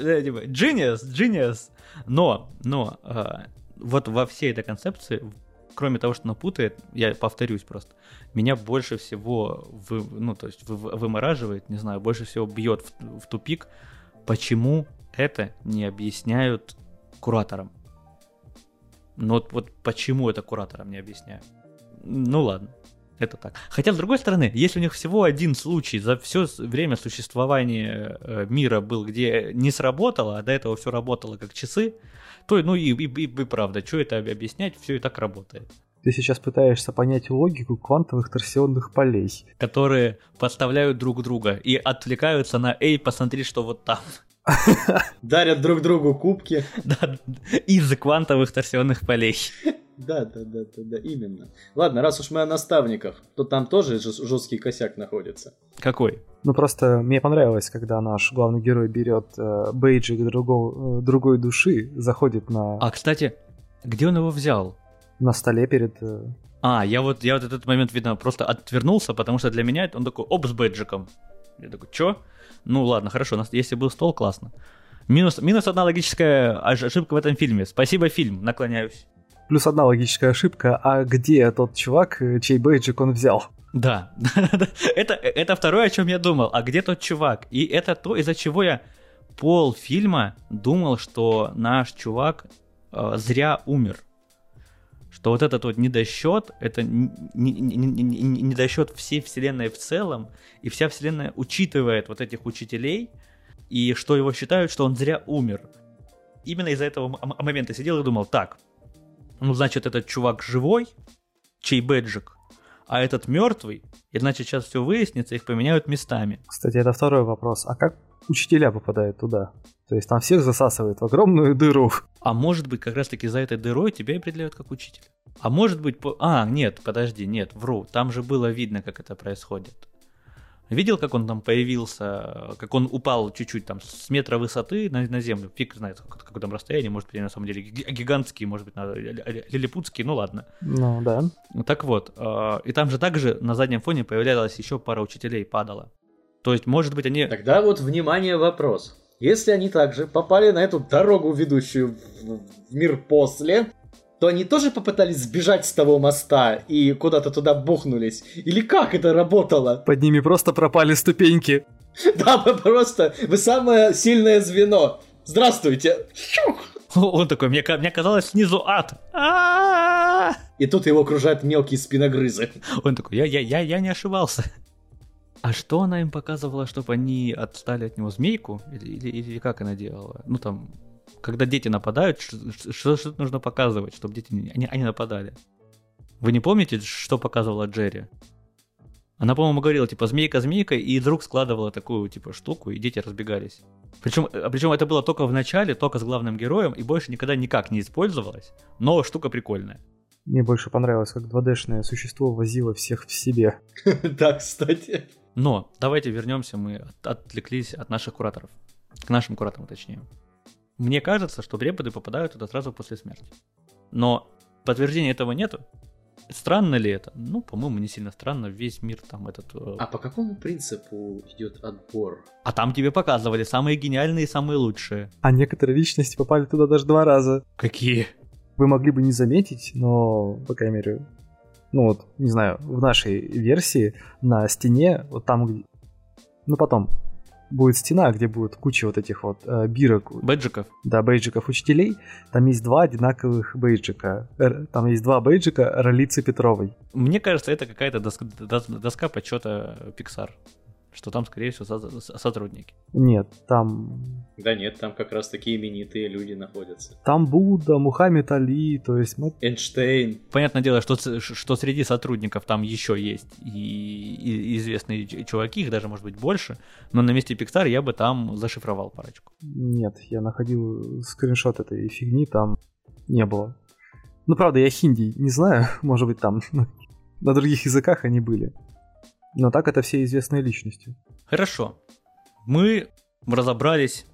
Genius. Но вот во всей этой концепции кроме того, что напутает, я повторюсь просто, меня больше всего вымораживает, не знаю, больше всего бьет в тупик, почему это не объясняют кураторам. Ну вот почему это кураторам не объясняют? Ну ладно, это так. Хотя, с другой стороны, если у них всего один случай за все время существования мира был, где не сработало, а до этого все работало как часы, то, ну и правда, что это объяснять, все и так работает. Ты сейчас пытаешься понять логику квантовых торсионных полей, которые подставляют друг друга и отвлекаются на «Эй, посмотри, что вот там». Дарят друг другу кубки. Да, из квантовых торсионных полей. Да, именно. Ладно, раз уж мы о наставниках, то там тоже жесткий косяк находится. Какой? Ну просто мне понравилось, когда наш главный герой берет бейджик другой души, заходит на... А, кстати, где он его взял? На столе перед... Я вот этот момент, видно, просто отвернулся, потому что для меня он такой, оп, с бейджиком. Я такой, чё? Ну ладно, хорошо, если был стол, классно. Минус одна логическая ошибка в этом фильме. Спасибо, фильм, наклоняюсь. Плюс одна логическая ошибка, а где тот чувак, чей бейджик он взял? Да, это второе, о чем я думал. А где тот чувак? И это то, из-за чего я полфильма думал, что наш чувак зря умер. Что вот этот вот недосчет, это недосчет всей вселенной в целом, и вся вселенная учитывает вот этих учителей, и что его считают, что он зря умер. Именно из-за этого момента сидел и думал, так, ну значит этот чувак живой, чей бэджик, а этот мертвый, и значит сейчас все выяснится, их поменяют местами. Кстати, это второй вопрос, а как учителя попадают туда? То есть там всех засасывает в огромную дыру. А может быть, как раз-таки за этой дырой тебя определяют как учителя. А может быть... нет, подожди, нет, вру. Там же было видно, как это происходит. Видел, как он там появился, как он упал чуть-чуть там с метра высоты на землю? Фиг знает, какое там расстояние, может быть, на самом деле гигантские, может быть, лилипутские, ну ладно. Ну да. Так вот, и там же также на заднем фоне появлялась еще пара учителей, падала. То есть, может быть, они... Тогда вот, внимание, вопрос. Если они также попали на эту дорогу, ведущую в мир после, то они тоже попытались сбежать с того моста и куда-то туда бухнулись? Или как это работало? Под ними просто пропали ступеньки. Да, просто вы самое сильное звено. Здравствуйте. Он такой, мне казалось, снизу ад. И тут его окружают мелкие спиногрызы. Он такой, я не ошибался. А что она им показывала, чтобы они отстали от него? Змейку? Или как она делала? Ну там, когда дети нападают, что нужно показывать, чтобы дети не нападали? Вы не помните, что показывала Джерри? Она, по-моему, говорила, типа, змейка, и вдруг складывала такую, типа, штуку, и дети разбегались. Причем это было только в начале, только с главным героем, и больше никогда никак не использовалось, но штука прикольная. Мне больше понравилось, как 2D-шное существо возило всех в себе. Да, кстати. Но давайте вернемся, мы отвлеклись от наших кураторов. К нашим кураторам, точнее. Мне кажется, что преподы попадают туда сразу после смерти. Но подтверждения этого нету. Странно ли это? Ну, по-моему, не сильно странно. Весь мир там этот... А по какому принципу идет отбор? А там тебе показывали самые гениальные и самые лучшие. А некоторые личности попали туда даже 2 раза. Какие? Вы могли бы не заметить, но, по крайней мере, ну вот, не знаю, в нашей версии на стене, вот там, где... Ну, потом будет стена, где будет куча вот этих вот бирок. Бейджиков? Да, бейджиков учителей. Там есть 2 одинаковых бейджика. Там есть 2 бейджика Ролицы Петровой. Мне кажется, это какая-то доска почета Pixar. Что там, скорее всего, сотрудники. Нет, там... Да нет, там как раз такие именитые люди находятся. Там Будда, Мухаммед Али, то есть... Эйнштейн. Понятное дело, что среди сотрудников там еще есть и известные чуваки, их даже может быть больше, но на месте Pixar я бы там зашифровал парочку. Нет, я находил скриншот этой фигни, там не было. Ну, правда, я хинди не знаю, может быть, там на других языках они были. Но так это все известные личности. Хорошо. Мы разобрались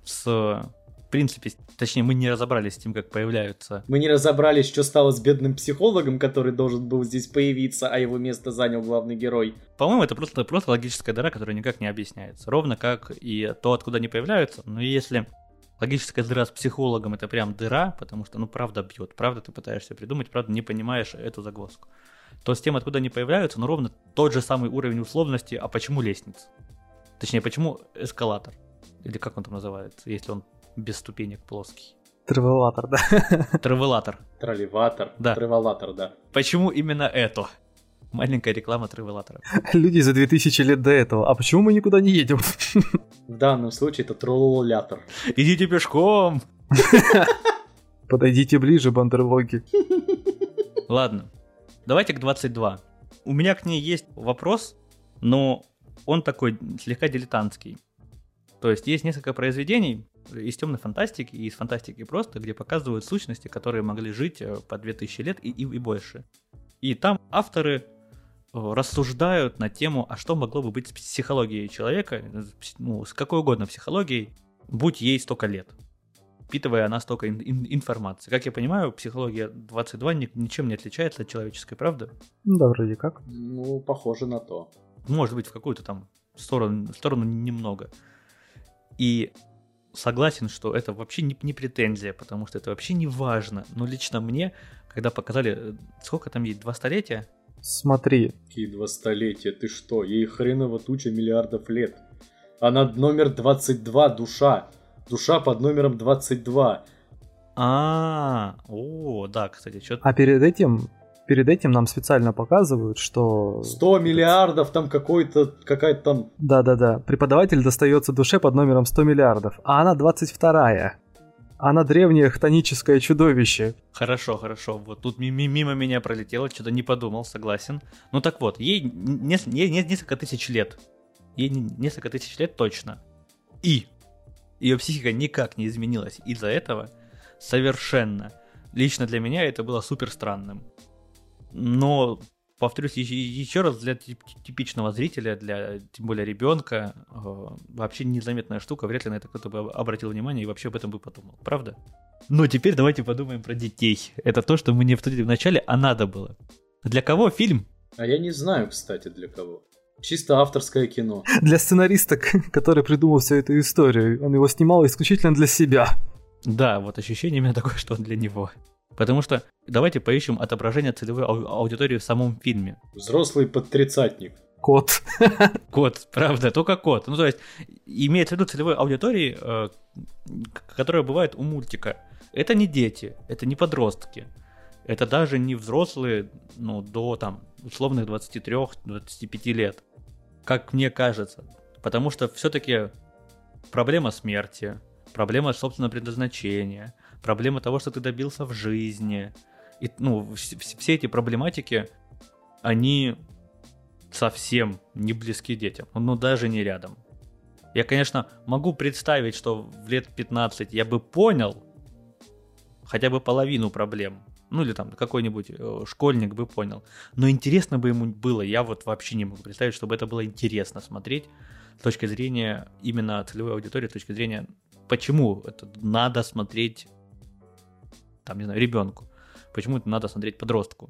в принципе, точнее, мы не разобрались с тем, как появляются... Мы не разобрались, что стало с бедным психологом, который должен был здесь появиться, а его место занял главный герой. По-моему, это просто логическая дыра, которая никак не объясняется. Ровно как и то, откуда они появляются. Но если логическая дыра с психологом — это прям дыра, потому что, ну, правда бьет, правда ты пытаешься придумать, правда не понимаешь эту загвоздку. То с тем, откуда они появляются, ну, ровно тот же самый уровень условности, а почему лестница? Точнее, почему эскалатор? Или как он там называется, если он без ступенек плоский? Тревелатор, да. Тревелатор. Тролливатор. Да. Тревелатор, да. Почему именно это? Маленькая реклама тревелатора. Люди за 2000 лет до этого. А почему мы никуда не едем? В данном случае это троллятор. Идите пешком! Подойдите ближе, бандерлоги. Ладно, давайте к 22. У меня к ней есть вопрос, но он такой слегка дилетантский. То есть несколько произведений из темной фантастики и из фантастики просто, где показывают сущности, которые могли жить по 2000 лет и больше. И там авторы рассуждают на тему, а что могло бы быть с психологией человека, ну, с какой угодно психологией, будь ей столько лет, впитывая она столько информации. Как я понимаю, психология 22 ничем не отличается от человеческой, правда? Да, вроде как. Ну, похоже на то. Может быть, в какую-то там сторону немного. И согласен, что это вообще не претензия, потому что это вообще не важно. Но лично мне, когда показали, сколько там ей, 2 столетия? Смотри. Какие 2 столетия? Ты что? Ей хреново туча миллиардов лет. Она номер 22, душа. Душа под номером 22. Да, кстати, что-то... А перед этим нам специально показывают, что... 100 миллиардов, там какая-то там... Да-да-да, преподаватель достается душе под номером 100 миллиардов, а она 22-я. Она древнее хтоническое чудовище. Хорошо, вот тут мимо меня пролетело, что-то не подумал, согласен. Ну так вот, ей несколько тысяч лет. Ей несколько тысяч лет точно. И ее психика никак не изменилась из-за этого совершенно. Лично для меня это было супер странным. Но, повторюсь еще раз, для типичного зрителя, для тем более ребенка, вообще незаметная штука, вряд ли на это кто-то бы обратил внимание и вообще об этом бы подумал, правда? Но теперь давайте подумаем про детей. Это то, что мы не обсудили в начале, а надо было. Для кого фильм? А я не знаю, кстати, для кого. Чисто авторское кино. Для сценариста, который придумал всю эту историю. Он его снимал исключительно для себя. Да, вот ощущение именно такое, что он для него. Потому что давайте поищем отображение целевой аудитории в самом фильме. Взрослый подтридцатник. Кот. Кот, правда, только кот. Ну, то есть, имеется в виду целевой аудитории, которая бывает у мультика. Это не дети, это не подростки. Это даже не взрослые, ну, до, там, условных 23-25 лет. Как мне кажется. Потому что все-таки проблема смерти, проблема собственного предназначения, проблема того, что ты добился в жизни. И, ну, все эти проблематики, они совсем не близки детям. Ну, даже не рядом. Я, конечно, могу представить, что в лет 15 я бы понял хотя бы половину проблем. Ну, или там какой-нибудь школьник бы понял. Но интересно бы ему было, я вот вообще не могу представить, чтобы это было интересно смотреть с точки зрения именно целевой аудитории, с точки зрения, почему это надо смотреть, там, не знаю, ребенку. Почему это надо смотреть подростку?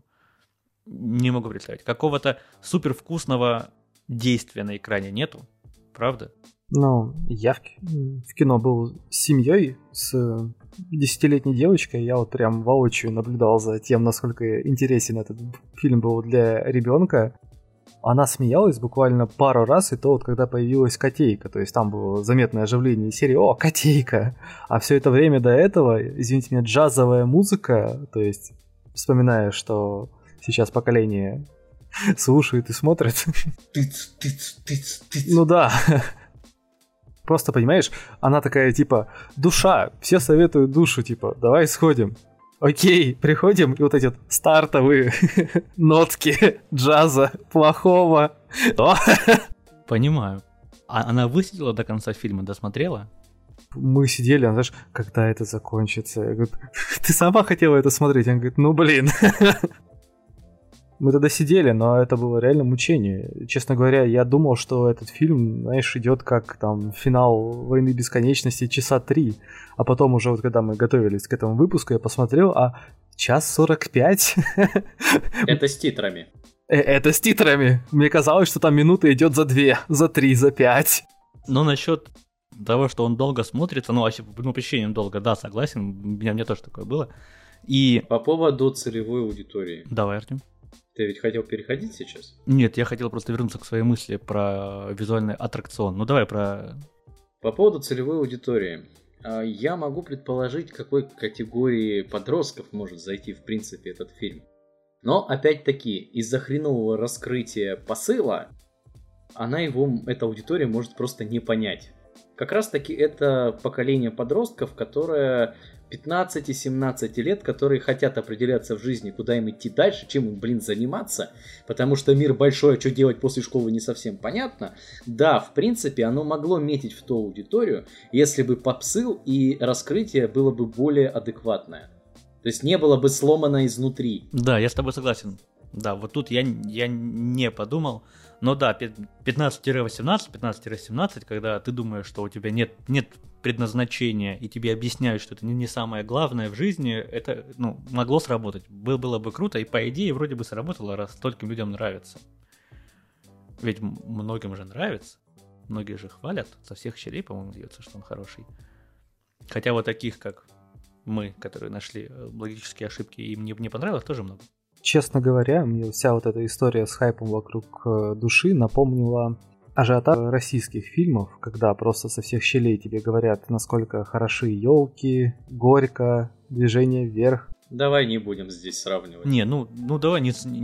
Не могу представить. Какого-то супер вкусного действия на экране нету, правда? Ну, я в кино был с семьей, с 10-летней девочкой. Я вот прям воочию наблюдал за тем, насколько интересен этот фильм был для ребенка. Она смеялась буквально пару раз, и то вот когда появилась котейка. То есть там было заметное оживление серии «О, котейка!». А все это время до этого, извините меня, джазовая музыка. То есть, вспоминая, что сейчас поколение слушает и смотрит. Ну да. Просто, понимаешь, она такая, типа, душа, все советуют душу, типа, давай сходим. Окей, приходим, и вот эти вот стартовые нотки джаза плохого. Понимаю. А она высидела до конца фильма, досмотрела? Мы сидели, она, знаешь, когда это закончится? Я говорю, ты сама хотела это смотреть? Она говорит, ну блин. Мы тогда сидели, но это было реально мучение. Честно говоря, я думал, что этот фильм, знаешь, идет как там финал «Войны бесконечности» часа 3. А потом уже вот когда мы готовились к этому выпуску, я посмотрел, а 1:45. Это с титрами. Это с титрами. Мне казалось, что там минута идет за 2, за 3, за 5. Но насчет того, что он долго смотрится, ну, вообще, по причинам долго, да, согласен, у меня тоже такое было. И... По поводу целевой аудитории. Давай, Артем. Ты ведь хотел переходить сейчас? Нет, я хотел просто вернуться к своей мысли про визуальный аттракцион. Ну, давай про... По поводу целевой аудитории. Я могу предположить, к какой категории подростков может зайти, в принципе, этот фильм. Но, опять-таки, из-за хренового раскрытия посыла, эта аудитория может просто не понять. Как раз-таки это поколение подростков, которое 15-17 лет, которые хотят определяться в жизни, куда им идти дальше, чем им, заниматься, потому что мир большой, а что делать после школы не совсем понятно. Да, в принципе, оно могло метить в ту аудиторию, если бы посыл и раскрытие было бы более адекватное. То есть не было бы сломано изнутри. Да, я с тобой согласен. Да, вот тут я не подумал. Но да, 15-18, 15-17, когда ты думаешь, что у тебя нет предназначения, и тебе объясняют, что это не самое главное в жизни, это могло сработать. Было бы круто, и по идее вроде бы сработало, раз стольким людям нравится. Ведь многим же нравится. Многие же хвалят. Со всех щелей, по-моему, льется, что он хороший. Хотя вот таких, как мы, которые нашли логические ошибки, и им не понравилось, тоже много. Честно говоря, мне вся вот эта история с хайпом вокруг души напомнила ажиотаж российских фильмов, когда просто со всех щелей тебе говорят, насколько хороши елки, горько, движение вверх. Давай не будем здесь сравнивать. Не, давай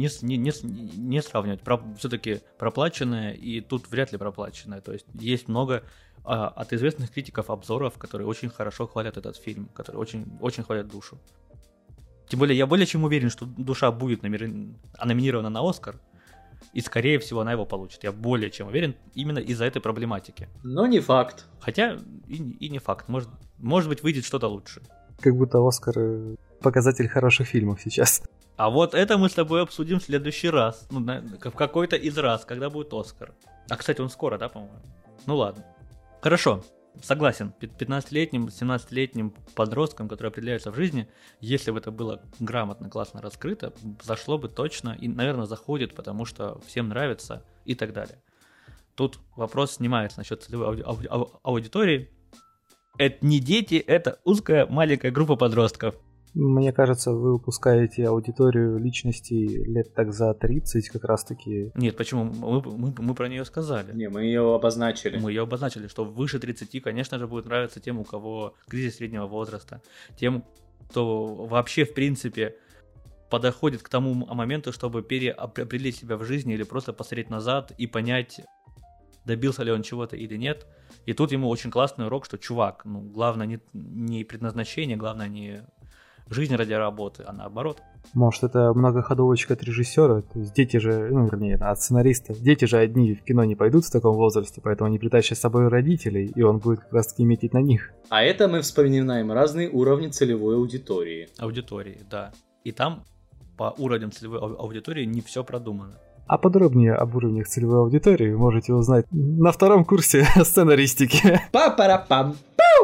не сравнивать. Все-таки проплаченное и тут вряд ли проплаченное. То есть много от известных критиков обзоров, которые очень хорошо хвалят этот фильм, которые очень, очень хвалят душу. Тем более, я более чем уверен, что «Душа» будет номинирована на «Оскар», и, скорее всего, она его получит. Я более чем уверен именно из-за этой проблематики. Но не факт. Хотя и не факт. Может быть, выйдет что-то лучше. Как будто «Оскар» — показатель хороших фильмов сейчас. А вот это мы с тобой обсудим в следующий раз. В какой-то из раз, когда будет «Оскар». А, кстати, он скоро, да, по-моему? Ну ладно. Хорошо. Согласен, 15-летним, 17-летним подросткам, которые определяются в жизни, если бы это было грамотно, классно раскрыто, зашло бы точно и, наверное, заходит, потому что всем нравится и так далее. Тут вопрос снимается насчет целевой аудитории. Это не дети, это узкая маленькая группа подростков. Мне кажется, вы упускаете аудиторию личностей лет так за 30 как раз-таки. Нет, почему? Мы про нее сказали. Не, мы ее обозначили. Мы ее обозначили, что выше 30, конечно же, будет нравиться тем, у кого кризис среднего возраста, тем, кто вообще, в принципе, подходит к тому моменту, чтобы переопределить себя в жизни или просто посмотреть назад и понять, добился ли он чего-то или нет. И тут ему очень классный урок, что, чувак, главное не предназначение, главное не жизнь ради работы, а наоборот. Может, это многоходовочка от режиссера, то есть дети же, от сценариста. Дети же одни в кино не пойдут в таком возрасте, поэтому они притащат с собой родителей, и он будет как раз-таки метить на них. А это мы вспоминаем разные уровни целевой аудитории. Аудитории, да. И там по уровням целевой аудитории не все продумано. А подробнее об уровнях целевой аудитории вы можете узнать на 2-м курсе сценаристики. Па-пара-пам!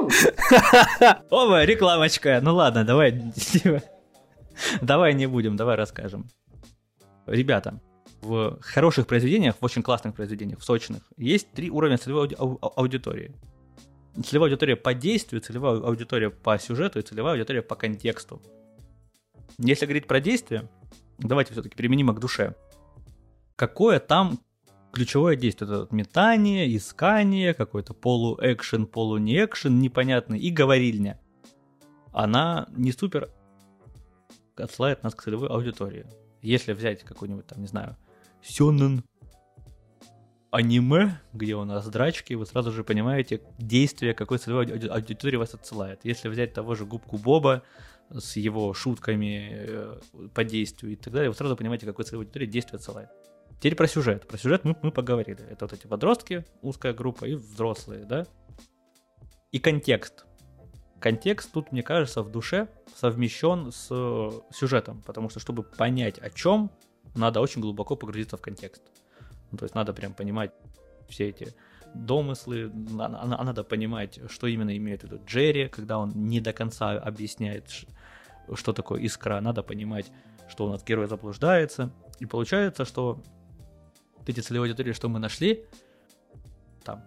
Оба, рекламочка. Ну ладно, давай не будем, давай расскажем. Ребята, в хороших произведениях, в очень классных произведениях, в сочных, есть 3 уровня целевой аудитории. Целевая аудитория по действию, целевая аудитория по сюжету и целевая аудитория по контексту. Если говорить про действие, давайте все-таки применимо к душе. Какое там ключевое действие? Это метание, искание, какой-то полуэкшен, полунеэкшен непонятный и говорильня. Она не супер отсылает нас к целевой аудитории. Если взять какой-нибудь там, не знаю, сёнэн аниме, где у нас драчки, вы сразу же понимаете действие, какой целевой аудитории вас отсылает. Если взять того же Губку Боба с его шутками по действию и так далее, вы сразу понимаете, какой целевой аудитории действие отсылает. Теперь про сюжет. Про сюжет мы поговорили. Это вот эти подростки, узкая группа, и взрослые, да? И контекст. Контекст тут, мне кажется, в душе совмещен с сюжетом, потому что, чтобы понять, о чем, надо очень глубоко погрузиться в контекст. То есть надо прям понимать все эти домыслы, надо понимать, что именно имеет в виду Джерри, когда он не до конца объясняет, что такое искра. Надо понимать, что у нас герой заблуждается. И получается, что эти целевые аудитории, что мы нашли, там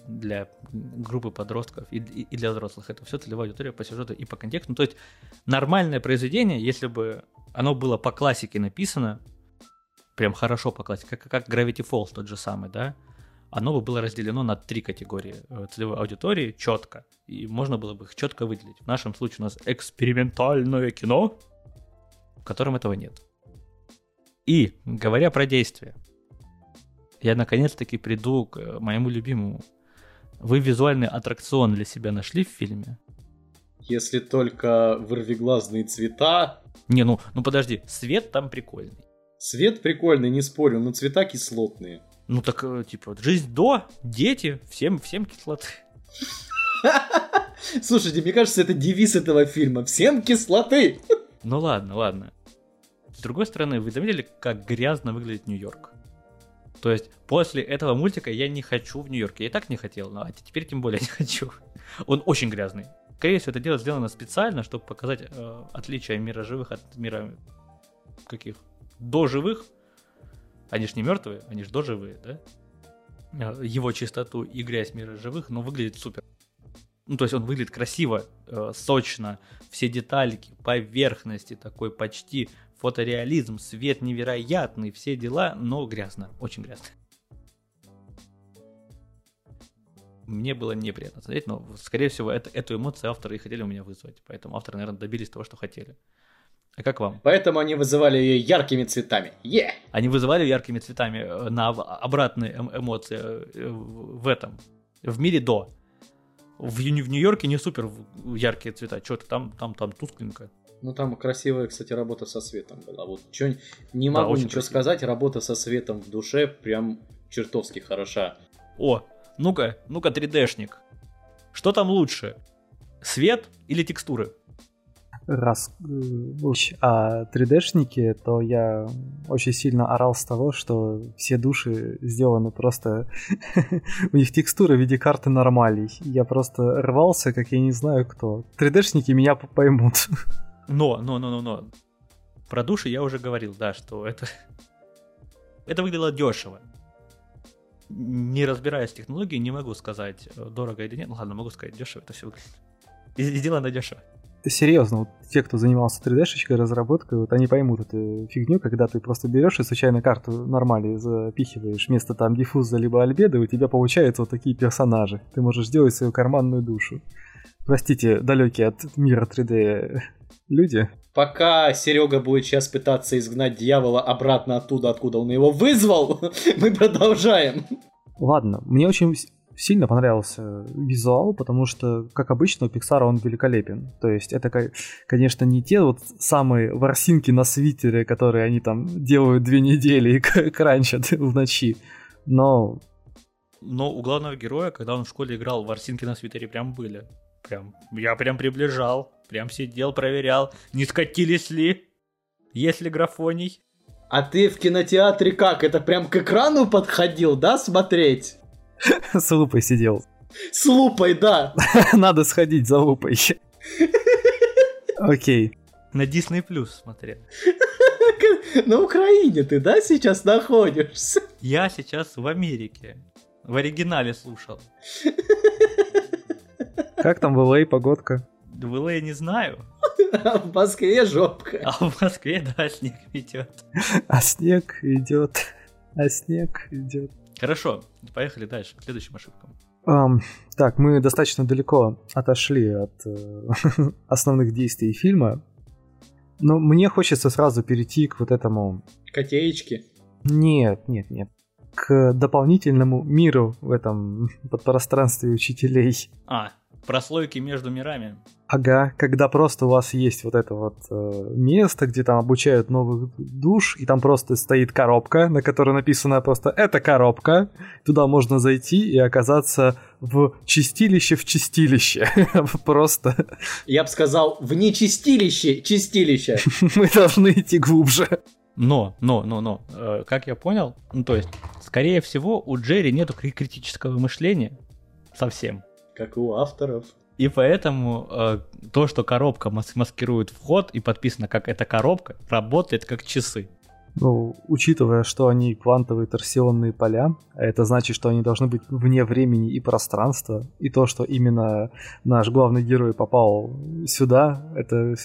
для группы подростков и для взрослых. Это все целевая аудитория по сюжету и по контексту. Ну, то есть нормальное произведение, если бы оно было по классике написано, прям хорошо по классике, как Gravity Falls тот же самый, да, оно бы было разделено на 3 категории целевой аудитории четко, и можно было бы их четко выделить. В нашем случае у нас экспериментальное кино, в котором этого нет. И, говоря про действие, я наконец-таки приду к моему любимому. Вы визуальный аттракцион для себя нашли в фильме? Если только вырвиглазные цвета. Не, ну подожди, свет там прикольный. Свет прикольный, не спорю, но цвета кислотные. Ну так, типа, жизнь до, дети, всем кислоты. Слушайте, мне кажется, это девиз этого фильма. Всем кислоты! Ну ладно. С другой стороны, вы заметили, как грязно выглядит Нью-Йорк? То есть после этого мультика я не хочу в Нью-Йорк. Я и так не хотел, но теперь тем более не хочу. Он очень грязный. Скорее всего, это дело сделано специально, чтобы показать отличие мира живых от мира каких? Доживых. Они ж не мертвые, они ж доживые, да? Его чистоту и грязь мира живых, но выглядит супер. Ну, то есть он выглядит красиво, сочно, все детальки, поверхности, такой почти фотореализм, свет невероятный, все дела, но грязно, очень грязно. Мне было неприятно смотреть, но, скорее всего, эту эмоцию авторы и хотели у меня вызвать, поэтому авторы, наверное, добились того, что хотели. А как вам? Поэтому они вызывали ее яркими цветами. Они вызывали яркими цветами на обратные эмоции в мире до. В Нью-Йорке не супер яркие цвета, что-то там тускленько. Ну, там красивая, кстати, работа со светом была. Вот чё, не могу ничего сказать, работа со светом в душе прям чертовски хороша. О, ну-ка, 3D-шник. Что там лучше? Свет или текстуры? Раз о 3D-шнике, то я очень сильно орал с того, что все души сделаны просто... У них текстура в виде карты нормалей. Я просто рвался, как я не знаю кто. 3D-шники меня поймут. Но. Про души я уже говорил, да, что это выглядело дешево. Не разбираясь в технологии, не могу сказать, дорого или нет. Ну ладно, могу сказать, дешево это все выглядит. И сделано дешево. Серьезно, вот те, кто занимался 3D-шечкой, разработкой, вот они поймут эту фигню, когда ты просто берешь и случайно карту нормали запихиваешь вместо там диффуза либо альбедо, у тебя получаются вот такие персонажи. Ты можешь сделать свою карманную душу. Простите, далекие от мира 3D люди. Пока Серега будет сейчас пытаться изгнать дьявола обратно оттуда, откуда он его вызвал, мы продолжаем. Ладно, мне очень сильно понравился визуал, потому что, как обычно, у Pixar он великолепен. То есть это, конечно, не те вот самые ворсинки на свитере, которые они там делают 2 недели и кранчат в ночи, но... Но у главного героя, когда он в школе играл, ворсинки на свитере прям были. Я прям приближал, прям сидел, проверял, не скатились ли, есть ли графоний. А ты в кинотеатре как, это прям к экрану подходил, да, смотреть? С лупой сидел. С лупой, да. Надо сходить за лупой. Окей. На Disney Plus смотрел. На Украине ты, да, сейчас находишься? Я сейчас в Америке. В оригинале слушал. Как там в LA погодка? В LA не знаю. А в Москве жопка. А в Москве, да, снег идет. А снег идет. Хорошо, поехали дальше, к следующим ошибкам. Так, мы достаточно далеко отошли от основных действий фильма, но мне хочется сразу перейти к вот этому... Котеечки? Нет. К дополнительному миру в этом подпространстве учителей. Прослойки между мирами. Ага, когда просто у вас есть вот это вот место, где там обучают новых душ, и там просто стоит коробка, на которой написано просто «это коробка», туда можно зайти и оказаться в чистилище в чистилище. Просто. Я бы сказал, в чистилище. Мы должны идти глубже. Но, как я понял, то есть, скорее всего, у Джерри нету критического мышления совсем. Как у авторов. И поэтому то, что коробка маскирует вход и подписано как «это коробка», работает как часы. Ну, учитывая, что они квантовые торсионные поля, а это значит, что они должны быть вне времени и пространства, и то, что именно наш главный герой попал сюда, это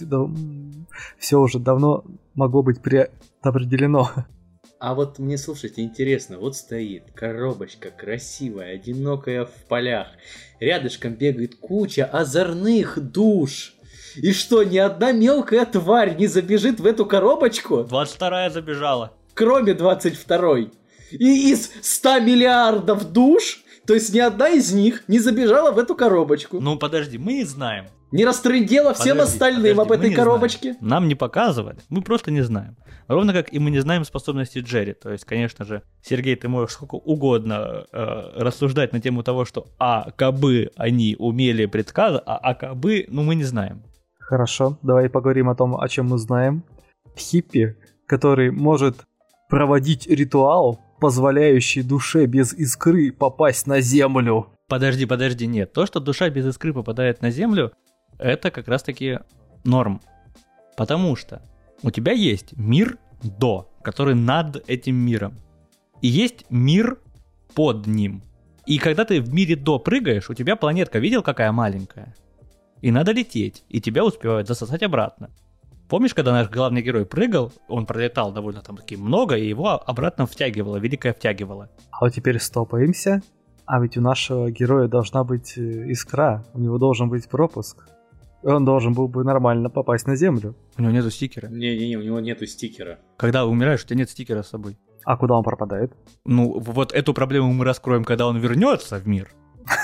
все уже давно могло быть предопределено. А вот мне, слушайте, интересно, вот стоит коробочка красивая, одинокая в полях, рядышком бегает куча озорных душ. И что, ни одна мелкая тварь не забежит в эту коробочку? 22-я забежала. Кроме 22-й. И из 100 миллиардов душ, то есть ни одна из них не забежала в эту коробочку. Ну подожди, мы не знаем. Не растрындела всем остальным об этой коробочке. Знаем. Нам не показывали, мы просто не знаем. Ровно как и мы не знаем способности Джерри. То есть, конечно же, Сергей, ты можешь сколько угодно рассуждать на тему того, что кабы они умели предсказывать, кабы, ну мы не знаем. Хорошо, давай поговорим о том, о чем мы знаем. Хиппи, который может проводить ритуал, позволяющий душе без искры попасть на землю. Подожди, нет. То, что душа без искры попадает на землю, это как раз-таки норм. Потому что у тебя есть мир до, который над этим миром. И есть мир под ним. И когда ты в мире до прыгаешь, у тебя планетка, видел, какая маленькая? И надо лететь, и тебя успевают засосать обратно. Помнишь, когда наш главный герой прыгал, он пролетал довольно там таки много, и его обратно втягивало, великое втягивало. А вот теперь стопаемся. А ведь у нашего героя должна быть искра, у него должен быть пропуск. Он должен был бы нормально попасть на землю. У него нету стикера. Не, у него нету стикера. Когда умираешь, у тебя нет стикера с собой. А куда он пропадает? Ну, вот эту проблему мы раскроем, когда он вернется в мир.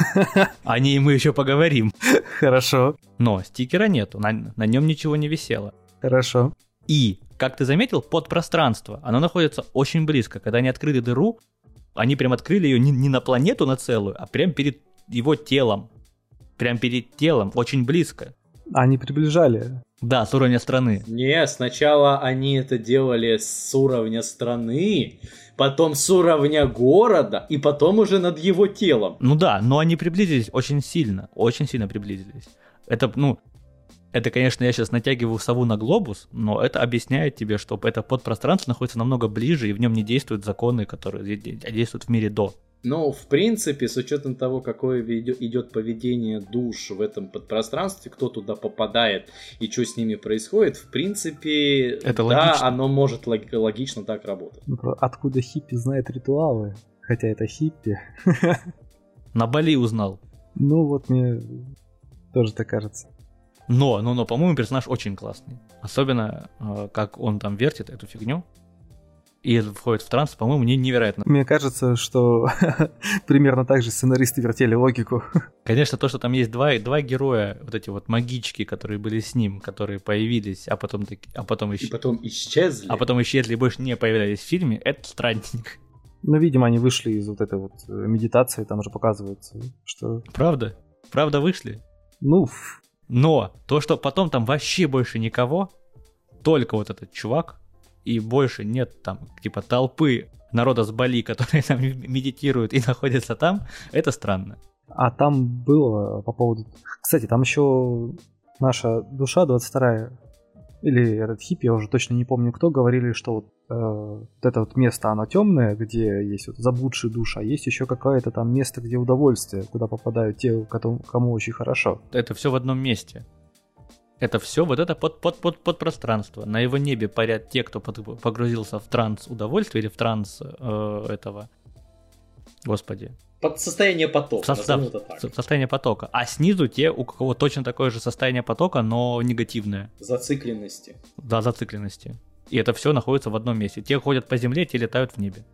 О ней мы еще поговорим. Хорошо. Но стикера нету, на нем ничего не висело. Хорошо. И, как ты заметил, подпространство, оно находится очень близко. Когда они открыли дыру, они прям открыли ее не на планету на целую, а прям перед его телом. Прям перед телом, очень близко. Они приближали. Да, с уровня страны. Не, сначала они это делали с уровня страны, потом с уровня города, и потом уже над его телом. Ну да, но они приблизились очень сильно приблизились. Это, конечно, я сейчас натягиваю сову на глобус, но это объясняет тебе, что это подпространство находится намного ближе, и в нем не действуют законы, которые действуют в мире до. Ну, в принципе, с учетом того, какое идет поведение душ в этом подпространстве, кто туда попадает и что с ними происходит, в принципе, это да, логично. Оно может логично так работать. Откуда хиппи знает ритуалы? Хотя это хиппи. На Бали узнал. Ну, вот мне тоже так кажется. Но, по-моему, персонаж очень классный. Особенно, как он там вертит эту фигню и входит в транс, по-моему, невероятно. Мне кажется, что примерно так же сценаристы вертели логику. Конечно, то, что там есть два героя, вот эти вот магички, которые были с ним, которые появились, а потом исчезли. А потом исчезли и больше не появлялись в фильме, это странник. Ну, видимо, они вышли из вот этой вот медитации, там же показывается, что... Правда? Правда вышли? Ну... Но то, что потом там вообще больше никого, только вот этот чувак, и больше нет там типа толпы народа с Бали, которые там медитируют и находятся там, это странно. А там было по поводу... Кстати, там еще наша душа 22-я, или этот хиппи, я уже точно не помню кто, говорили, что вот это вот место, оно темное, где есть вот заблудшие души, а есть еще какое-то там место, где удовольствие, куда попадают те, кому очень хорошо. Это все в одном месте. Это все вот это подпространство. На его небе парят те, кто погрузился в транс удовольствия или в транс этого... Господи. Под состояние потока. Состояние потока. А снизу те, у кого точно такое же состояние потока, но негативное. Зацикленности. Да, зацикленности. И это все находится в одном месте. Те ходят по земле, те летают в небе.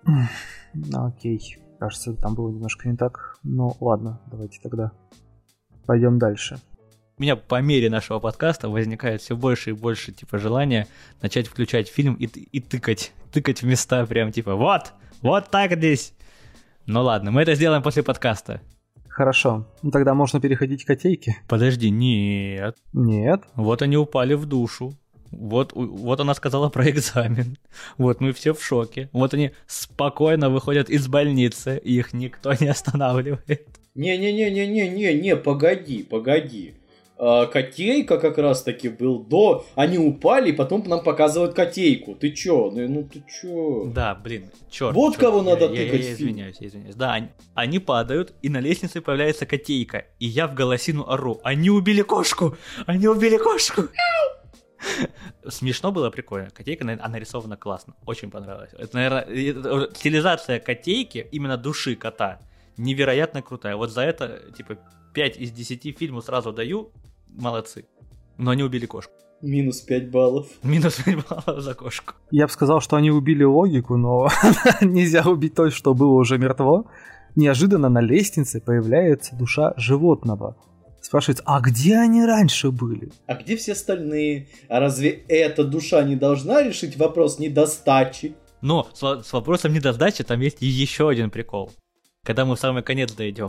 Окей. Кажется, там было немножко не так. Ну ладно, давайте тогда пойдем дальше. У меня по мере нашего подкаста возникает все больше и больше типа желания начать включать фильм и тыкать в места прям типа вот так здесь. Ну ладно, мы это сделаем после подкаста. Хорошо, ну тогда можно переходить к котейке. Подожди, нет. Нет? Вот они упали в душу. Вот она сказала про экзамен. Вот мы все в шоке. Вот они спокойно выходят из больницы, и их никто не останавливает. Не, погоди. Котейка как раз таки был до... Они упали, и потом нам показывают котейку. Ты чё? Ну ты чё? Да, блин, чёрт. Вот кого надо тыкать. Я извиняюсь. Да, они падают, и на лестнице появляется котейка. И я в голосину ору. Они убили кошку! Они убили кошку! Смешно было, прикольно. Котейка, она нарисована классно. Очень понравилось. Это, наверное, стилизация котейки, именно души кота, невероятно крутая. Вот за это, типа, 5 из 10 фильму сразу даю. Молодцы. Но они убили кошку. Минус 5 баллов. Минус 5 баллов за кошку. Я бы сказал, что они убили логику, но нельзя убить то, что было уже мертво. Неожиданно на лестнице появляется душа животного. Спрашивается, а где они раньше были? А где все остальные? А разве эта душа не должна решить вопрос недостачи? Но с вопросом недосдачи там есть еще один прикол. Когда мы в самый конец дойдем.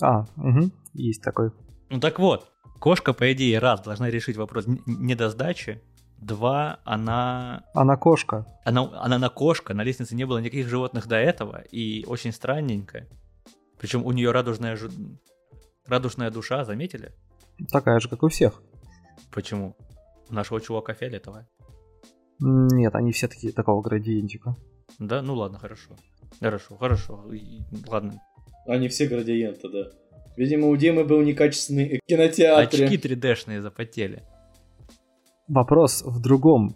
Есть такой. Ну так вот, кошка, по идее, раз, должна решить вопрос недосдачи. Два, она... Она кошка. Она кошка, на лестнице не было никаких животных до этого, и очень странненькая. Причем у нее радужная душа, заметили? Такая же, как у всех. Почему? У нашего чувака фиолетовая. Нет, они все такие такого градиентика. Да? Ну ладно, хорошо. Хорошо. Ладно. Они все градиенты, да. Видимо, у Димы был некачественный кинотеатр. Очки 3D-шные запотели. Вопрос в другом.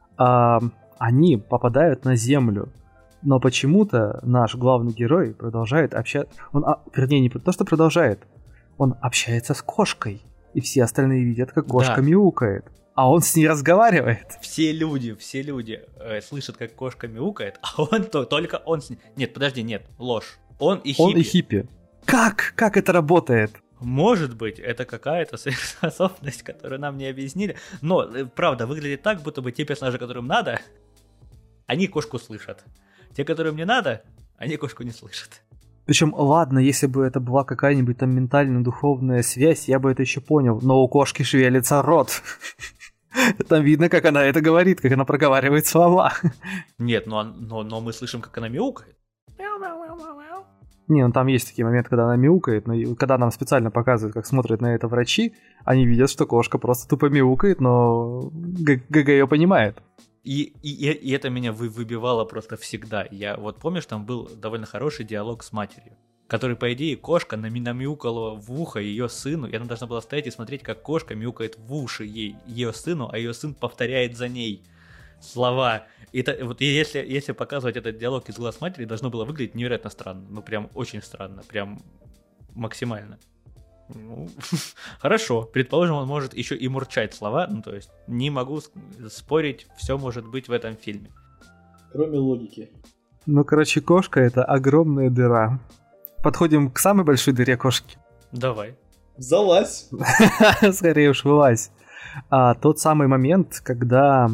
Они попадают на Землю, но почему-то наш главный герой продолжает общаться... Вернее, не то, что продолжает. Он общается с кошкой, и все остальные видят, как кошка мяукает. А он с ней разговаривает. Все люди слышат, как кошка мяукает, а только он с ней... Нет, ложь. Он и хиппи. Как это работает? Может быть, это какая-то сверхспособность, которую нам не объяснили. Но, правда, выглядит так, будто бы те персонажи, которым надо, они кошку слышат. Те, которым не надо, они кошку не слышат. Причем, ладно, если бы это была какая-нибудь там ментально-духовная связь, я бы это еще понял. Но у кошки шевелится рот. Там видно, как она это говорит, как она проговаривает слова. Нет, но мы слышим, как она мяукает. Не, ну там есть такие моменты, когда она мяукает, но когда нам специально показывают, как смотрят на это врачи, они видят, что кошка просто тупо мяукает, но ГГ ее понимает. И это меня выбивало просто всегда. Помнишь, там был довольно хороший диалог с матерью, который, по идее, кошка намяукала в ухо ее сыну, и она должна была стоять и смотреть, как кошка мяукает в уши ее сыну, а ее сын повторяет за ней слова. Если показывать этот диалог из глаз матери, должно было выглядеть невероятно странно. Ну, прям очень странно, прям максимально. Ну, хорошо, предположим, он может еще и мурчать слова, ну, то есть не могу спорить, все может быть в этом фильме. Кроме логики. Ну, короче, кошка — это огромная дыра. Подходим к самой большой дыре кошки. Давай. Залазь. Скорее уж, вылазь. Тот самый момент, когда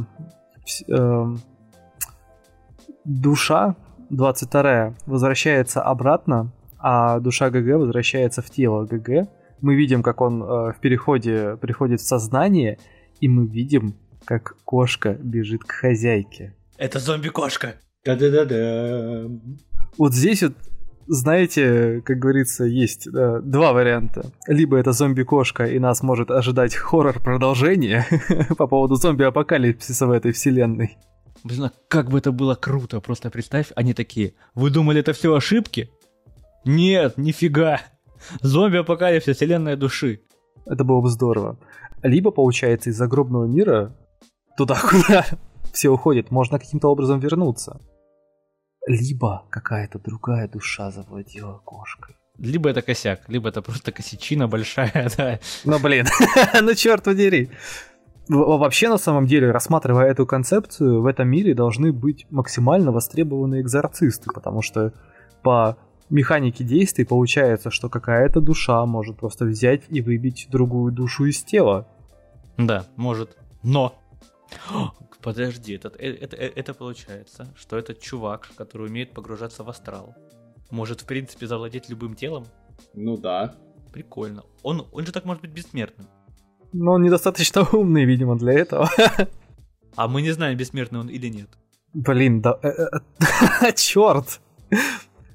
душа 22-я возвращается обратно, а душа ГГ возвращается в тело ГГ. Мы видим, как он в переходе приходит в сознание, и мы видим, как кошка бежит к хозяйке. Это зомби-кошка! Да-да-да-да. Вот здесь вот, знаете, как говорится, есть два варианта. Либо это зомби-кошка, и нас может ожидать хоррор-продолжение по поводу зомби-апокалипсиса в этой вселенной. Блин, как бы это было круто, просто представь, они такие, вы думали, это все ошибки? Нет, нифига. Зомби-апокалипсис, вселенная души. Это было бы здорово. Либо, получается, из загробного мира туда, куда все уходят, можно каким-то образом вернуться. Либо какая-то другая душа завладела кошкой. Либо это косяк, либо это просто косячина большая, да. Ну, блин, ну черт подери. Вообще, на самом деле, рассматривая эту концепцию, в этом мире должны быть максимально востребованные экзорцисты, потому что по механике действий получается, что какая-то душа может просто взять и выбить другую душу из тела. Да, может. Но! Подожди, это получается, что этот чувак, который умеет погружаться в астрал, может, в принципе, завладеть любым телом? Ну да. Прикольно. Он же так может быть бессмертным. Но он недостаточно умный, видимо, для этого. А мы не знаем, бессмертный он или нет. Блин, да... Чёрт!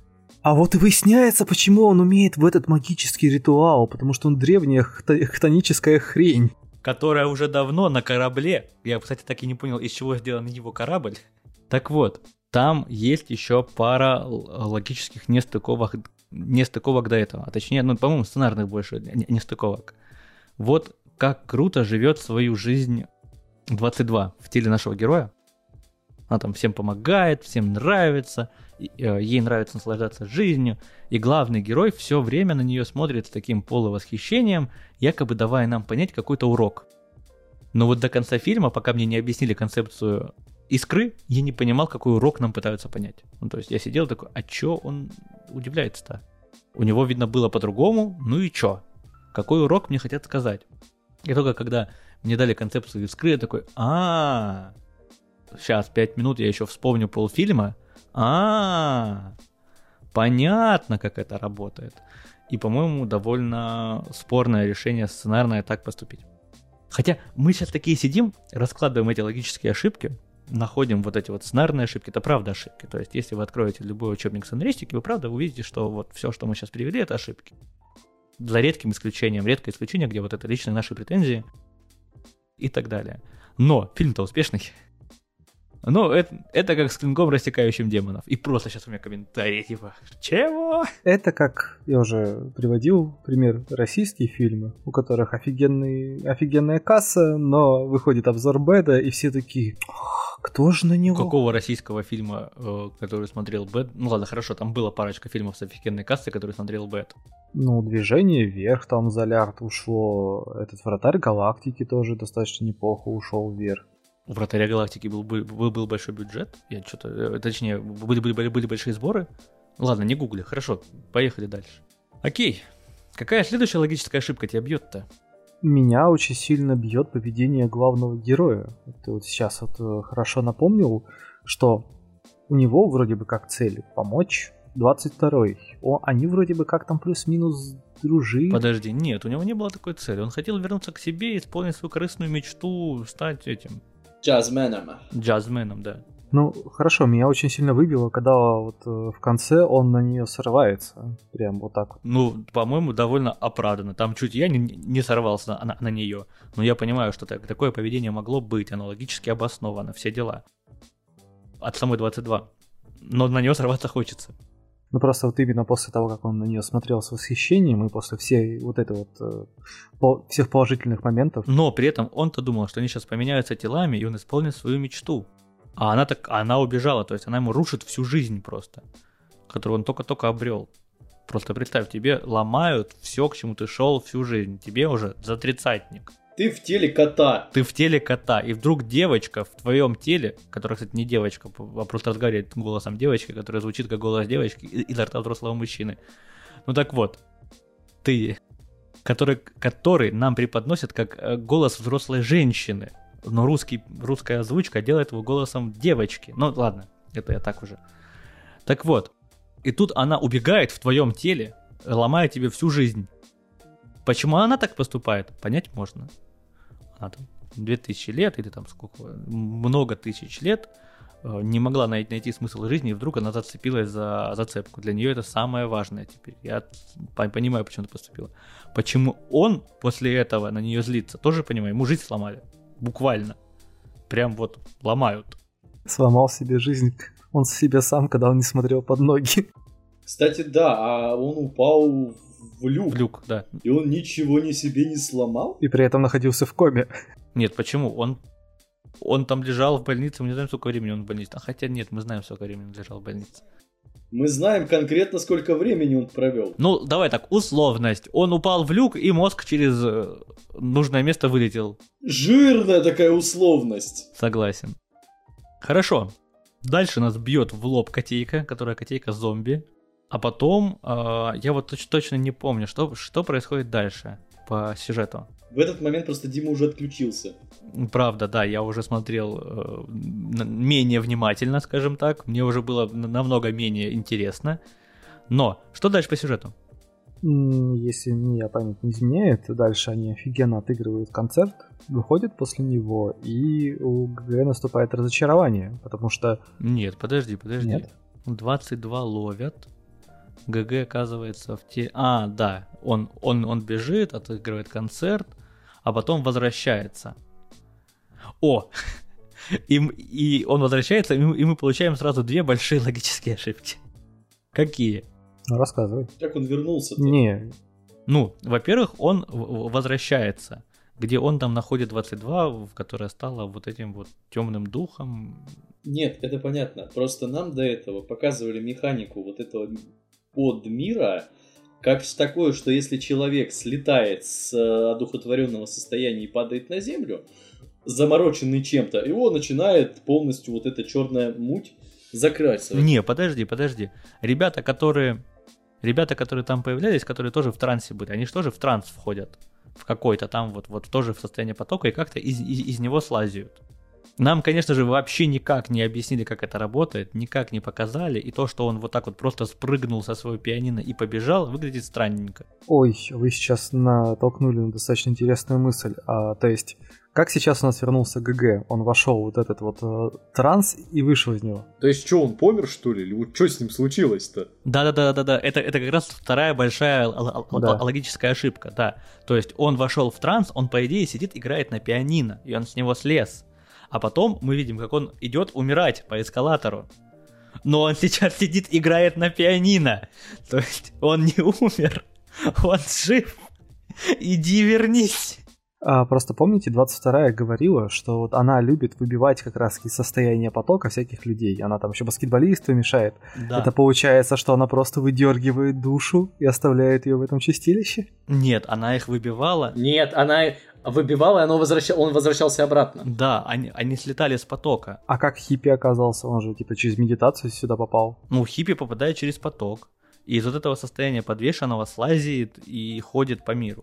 А вот и выясняется, почему он умеет в этот магический ритуал, потому что он древняя хтоническая хрень. Которая уже давно на корабле. Я, кстати, так и не понял, из чего сделан его корабль. Так вот, там есть еще пара логических нестыковок до этого. А точнее, по-моему, сценарных больше нестыковок. Вот как круто живет свою жизнь 22 в теле нашего героя. Она там всем помогает, всем нравится, ей нравится наслаждаться жизнью, и главный герой все время на нее смотрит с таким полувосхищением, якобы давая нам понять какой-то урок. Но вот до конца фильма, пока мне не объяснили концепцию искры, я не понимал, какой урок нам пытаются понять. То есть я сидел такой, а чё он удивляется-то? У него, видно, было по-другому, ну и чё? Какой урок мне хотят сказать? И только когда мне дали концепцию искры, я такой, сейчас, 5 минут, я еще вспомню полфильма. Понятно, как это работает. И, по-моему, довольно спорное решение сценарное так поступить. Хотя мы сейчас такие сидим, раскладываем эти логические ошибки, находим вот эти вот сценарные ошибки, это правда ошибки. То есть, если вы откроете любой учебник сценаристики, вы правда увидите, что вот все, что мы сейчас привели, это ошибки. За редкое исключение, где вот это личные наши претензии и так далее. Но фильм-то успешный. Ну, это как с клинком, рассекающим демонов. И просто сейчас у меня комментарии типа, чего? Это как, я уже приводил пример, российские фильмы, у которых офигенная касса, но выходит обзор Бэда, и все такие, кто же на него? Какого российского фильма, который смотрел Бэд? Ну ладно, хорошо, там была парочка фильмов с офигенной кассой, который смотрел Бэд. Ну, «Движение вверх» там за лярд ушло, этот «Вратарь галактики» тоже достаточно неплохо ушел вверх. У «Вратаря галактики» был большой бюджет, точнее, были большие сборы. Ладно, не гугли, хорошо, поехали дальше. Окей, какая следующая логическая ошибка тебя бьет-то? Меня очень сильно бьет поведение главного героя. Ты вот сейчас хорошо напомнил, что у него вроде бы как цель помочь 22-й. Они вроде бы как там плюс-минус дружили. Подожди, нет, у него не было такой цели. Он хотел вернуться к себе и исполнить свою корыстную мечту, стать этим... Джазменом, да. Ну, хорошо, меня очень сильно выбило, когда вот в конце он на нее срывается. Прям вот так вот. Ну, по-моему, довольно оправданно. Там чуть я не сорвался на нее. Но я понимаю, что такое поведение могло быть. Оно логически обосновано, все дела. От самой 22. Но на нее сорваться хочется. Ну, просто вот именно после того, как он на нее смотрел с восхищением, и после всей вот этой вот всех положительных моментов. Но при этом он-то думал, что они сейчас поменяются телами, и он исполнит свою мечту. А она убежала, то есть она ему рушит всю жизнь просто, которую он только-только обрел. Просто представь, тебе ломают все, к чему ты шел всю жизнь. Тебе уже за тридцатник. Ты в теле кота. И вдруг девочка в твоем теле, которая, кстати, не девочка, а просто разговаривает голосом девочки, которая звучит как голос девочки изо рта взрослого мужчины. Ну так вот, ты, который нам преподносят как голос взрослой женщины, но русская озвучка делает его голосом девочки. Ну ладно, это я так уже. Так вот, и тут она убегает в твоем теле, ломая тебе всю жизнь. Почему она так поступает, понять можно. Она там 2000 лет или там сколько, много тысяч лет не могла найти смысл жизни, и вдруг она зацепилась за зацепку. Для нее это самое важное теперь. Я понимаю, почему она поступила. Почему он после этого на нее злится, тоже понимаю. Ему жизнь сломали. Буквально. Прям вот ломают. Сломал себе жизнь он себе сам, когда он не смотрел под ноги. Кстати, да, а он упал в люк. В люк, да. И он ничего себе не сломал? И при этом находился в коме. Нет, почему? Он там лежал в больнице, мы не знаем, сколько времени он в больнице. Хотя нет, мы знаем, сколько времени он лежал в больнице. Мы знаем конкретно, сколько времени он провел. Ну, давай так, условность. Он упал в люк, и мозг через нужное место вылетел. Жирная такая условность. Согласен. Хорошо. Дальше нас бьет в лоб котейка, которая котейка-зомби. А потом, я вот точно не помню, что происходит дальше по сюжету. В этот момент просто Дима уже отключился. Правда, да, я уже смотрел менее внимательно, скажем так. Мне уже было намного менее интересно. Но, что дальше по сюжету? Если меня память не изменяет, дальше они офигенно отыгрывают концерт, выходят после него, и у ГГ наступает разочарование, потому что... Нет, подожди. Нет? 22 ловят, ГГ оказывается да, он бежит, отыгрывает концерт, а потом возвращается. И он возвращается, и мы получаем сразу две большие логические ошибки. Какие? Ну, рассказывай. Как он вернулся-то? Не. Ну, во-первых, он возвращается, где он там находит 22, которая стала вот этим вот темным духом. Нет, это понятно. Просто нам до этого показывали механику вот этого подмира, как такое, что если человек слетает с одухотворенного состояния и падает на землю, замороченный чем-то, его начинает полностью вот эта черная муть закрасывать. Не, подожди. Ребята, которые там появлялись, которые тоже в трансе были, они же тоже в транс входят. В какой-то там вот тоже в состояние потока и как-то из него слазят. Нам, конечно же, вообще никак не объяснили, как это работает, никак не показали, и то, что он вот так вот просто спрыгнул со своего пианино и побежал, выглядит странненько. Ой, вы сейчас натолкнули на достаточно интересную мысль. То есть, как сейчас у нас вернулся ГГ? Он вошел в вот этот вот транс и вышел из него. То есть, что, он помер, что ли? Или вот что с ним случилось-то? Да, это как раз вторая большая логическая ошибка, да. То есть, он вошел в транс, он, по идее, сидит, играет на пианино, и он с него слез. А потом мы видим, как он идет умирать по эскалатору. Но он сейчас сидит, играет на пианино. То есть он не умер, он жив. Иди вернись. Просто помните, 22-я говорила, что вот она любит выбивать как раз из состояния потока всяких людей. Она там еще баскетболисту мешает. Да. Это получается, что она просто выдергивает душу и оставляет ее в этом чистилище? Нет, она их выбивала. Нет, она выбивала, и он возвращался обратно. Да, они слетали с потока. А как хиппи оказался? Он же типа через медитацию сюда попал. Ну, хиппи попадает через поток. И из вот этого состояния подвешенного слазит и ходит по миру.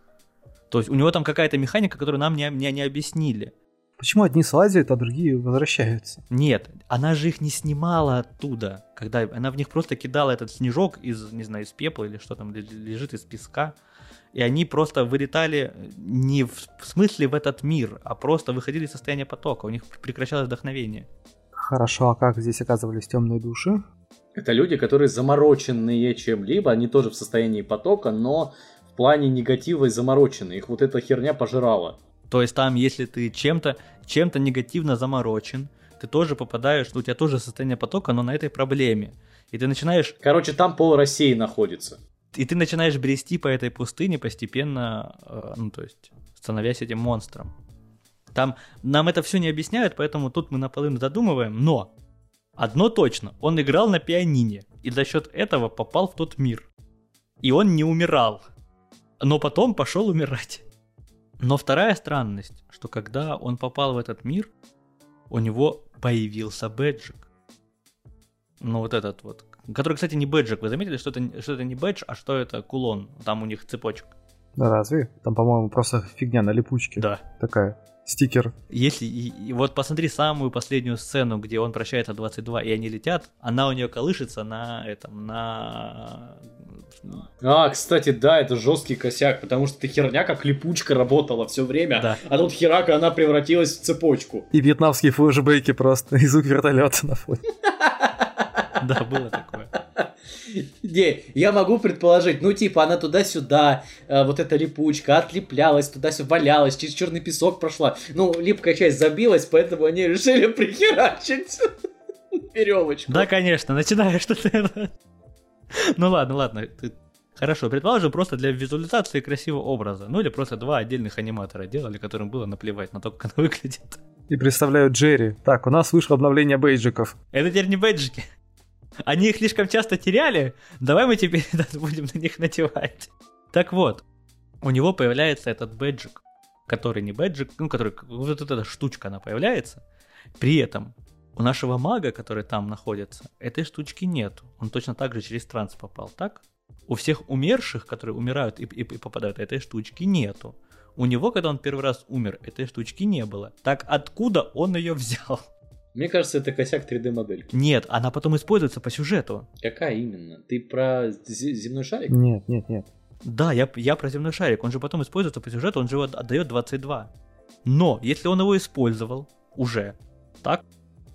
То есть у него там какая-то механика, которую нам не объяснили. Почему одни слазят, а другие возвращаются? Нет, она же их не снимала оттуда. Когда она в них просто кидала этот снежок из пепла или что там лежит, из песка. И они просто вылетали не в смысле в этот мир, а просто выходили из состояния потока. У них прекращалось вдохновение. Хорошо, а как здесь оказывались темные души? Это люди, которые замороченные чем-либо, они тоже в состоянии потока, но в плане негатива и замороченные. Их вот эта херня пожирала. То есть там, если ты чем-то негативно заморочен, ты тоже попадаешь, у тебя тоже состояние потока, но на этой проблеме. И ты начинаешь... Короче, там пол России находится. И ты начинаешь брести по этой пустыне постепенно, то есть становясь этим монстром. Там нам это все не объясняют, поэтому тут мы наполовину додумываем, но одно точно, он играл на пианине, и за счет этого попал в тот мир. И он не умирал, но потом пошел умирать. Но вторая странность, что когда он попал в этот мир, у него появился бэджик. Ну вот этот вот. Который, кстати, не бэджик. Вы заметили, что это не бэдж, а что это кулон? Там у них цепочка. Да разве? Там, по-моему, просто фигня на липучке. Да. Такая. Стикер. Если и вот посмотри самую последнюю сцену, где он прощается 22, и они летят, она у нее колышется на этом, кстати, да, это жесткий косяк, потому что эта херня как липучка работала все время, да. А тут херака, она превратилась в цепочку. И вьетнамские флешбеки просто, и звук вертолета на фоне. Да, было такое. Не, я могу предположить, она туда-сюда, вот эта липучка отлеплялась, туда-сюда валялась, через черный песок прошла. Липкая часть забилась, поэтому они решили прихерачить веревочку. Да, конечно, начинаешь что-то... Ну ладно, хорошо, предположим, просто для визуализации красивого образа. Или просто два отдельных аниматора делали, которым было наплевать на то, как она выглядит. И представляют Джерри. Так, у нас вышло обновление бейджиков. Это теперь не бейджики. Они их слишком часто теряли, давай мы теперь будем на них надевать. Так вот, у него появляется этот бэджик, который не бэджик, который вот эта штучка, она появляется. При этом у нашего мага, который там находится, этой штучки нет. Он точно так же через транс попал, так? У всех умерших, которые умирают и попадают, этой штучки нету. У него, когда он первый раз умер, этой штучки не было. Так откуда он ее взял? Мне кажется, это косяк 3D-модельки. Нет, она потом используется по сюжету. Какая именно? Ты про земной шарик? Нет. Да, я про земной шарик. Он же потом используется по сюжету, он же его отдает 22. Но, если он его использовал уже, так?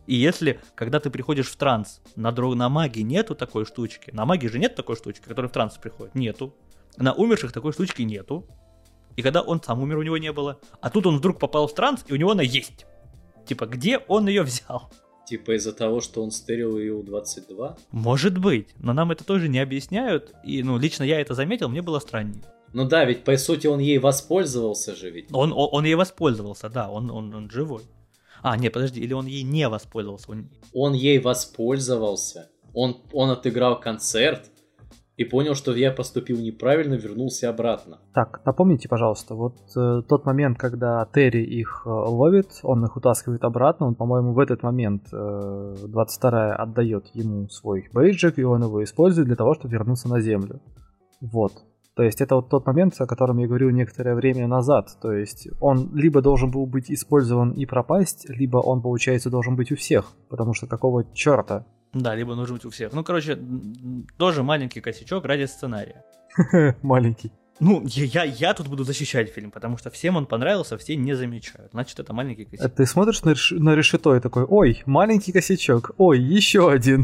И если, когда ты приходишь в транс, на маге нету такой штучки, на маге же нет такой штучки, которая в транс приходит, нету. На умерших такой штучки нету. И когда он сам умер, у него не было. А тут он вдруг попал в транс, и у него она есть. Типа, где он ее взял? Типа из-за того, что он стерил ее у 22? Может быть, но нам это тоже не объясняют. И, лично я это заметил, мне было страннее. Ну да, ведь по сути он ей воспользовался же ведь. Он ей воспользовался, да, он живой. Нет, подожди, или он ей не воспользовался? Он ей воспользовался. Он отыграл концерт и понял, что я поступил неправильно, вернулся обратно. Так, напомните, пожалуйста, вот тот момент, когда Терри их ловит, он их утаскивает обратно, он, по-моему, в этот момент 22-я отдает ему свой бейджик, и он его использует для того, чтобы вернуться на Землю. Вот. То есть это вот тот момент, о котором я говорил некоторое время назад. То есть он либо должен был быть использован и пропасть, либо он, получается, должен быть у всех. Потому что какого черта? Да, либо нужен быть у всех. Тоже маленький косячок ради сценария. Маленький. Я тут буду защищать фильм, потому что всем он понравился, все не замечают. Значит, это маленький косячок. Ты смотришь на решето и такой: ой, маленький косячок, ой, еще один.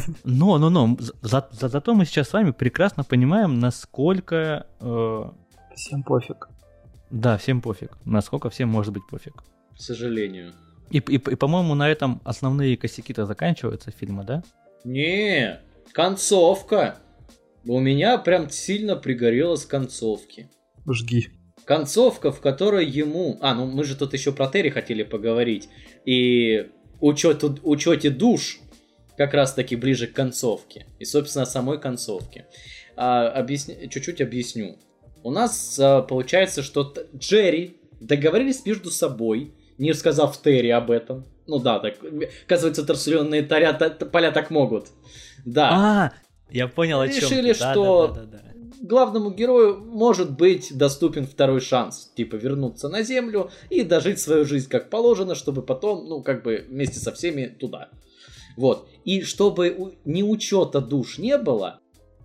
Зато мы сейчас с вами прекрасно понимаем, насколько... Всем пофиг. Да, всем пофиг. Насколько всем может быть пофиг. К сожалению. И по-моему, на этом основные косяки-то заканчиваются фильма, да? Не, концовка. У меня прям сильно пригорело с концовки. Жги. Концовка, в которой ему... мы же тут еще про Терри хотели поговорить. И учете душ как раз-таки ближе к концовке. И, собственно, самой концовке. Чуть-чуть объясню. У нас получается, что Джерри договорились между собой, не сказав Терри об этом. Так, оказывается, торсионные поля так могут. Да. Я понял, о чем. Решили, что главному герою может быть доступен второй шанс. Типа вернуться на Землю и дожить свою жизнь как положено, чтобы потом, вместе со всеми туда. Вот. И чтобы ни учета душ не было,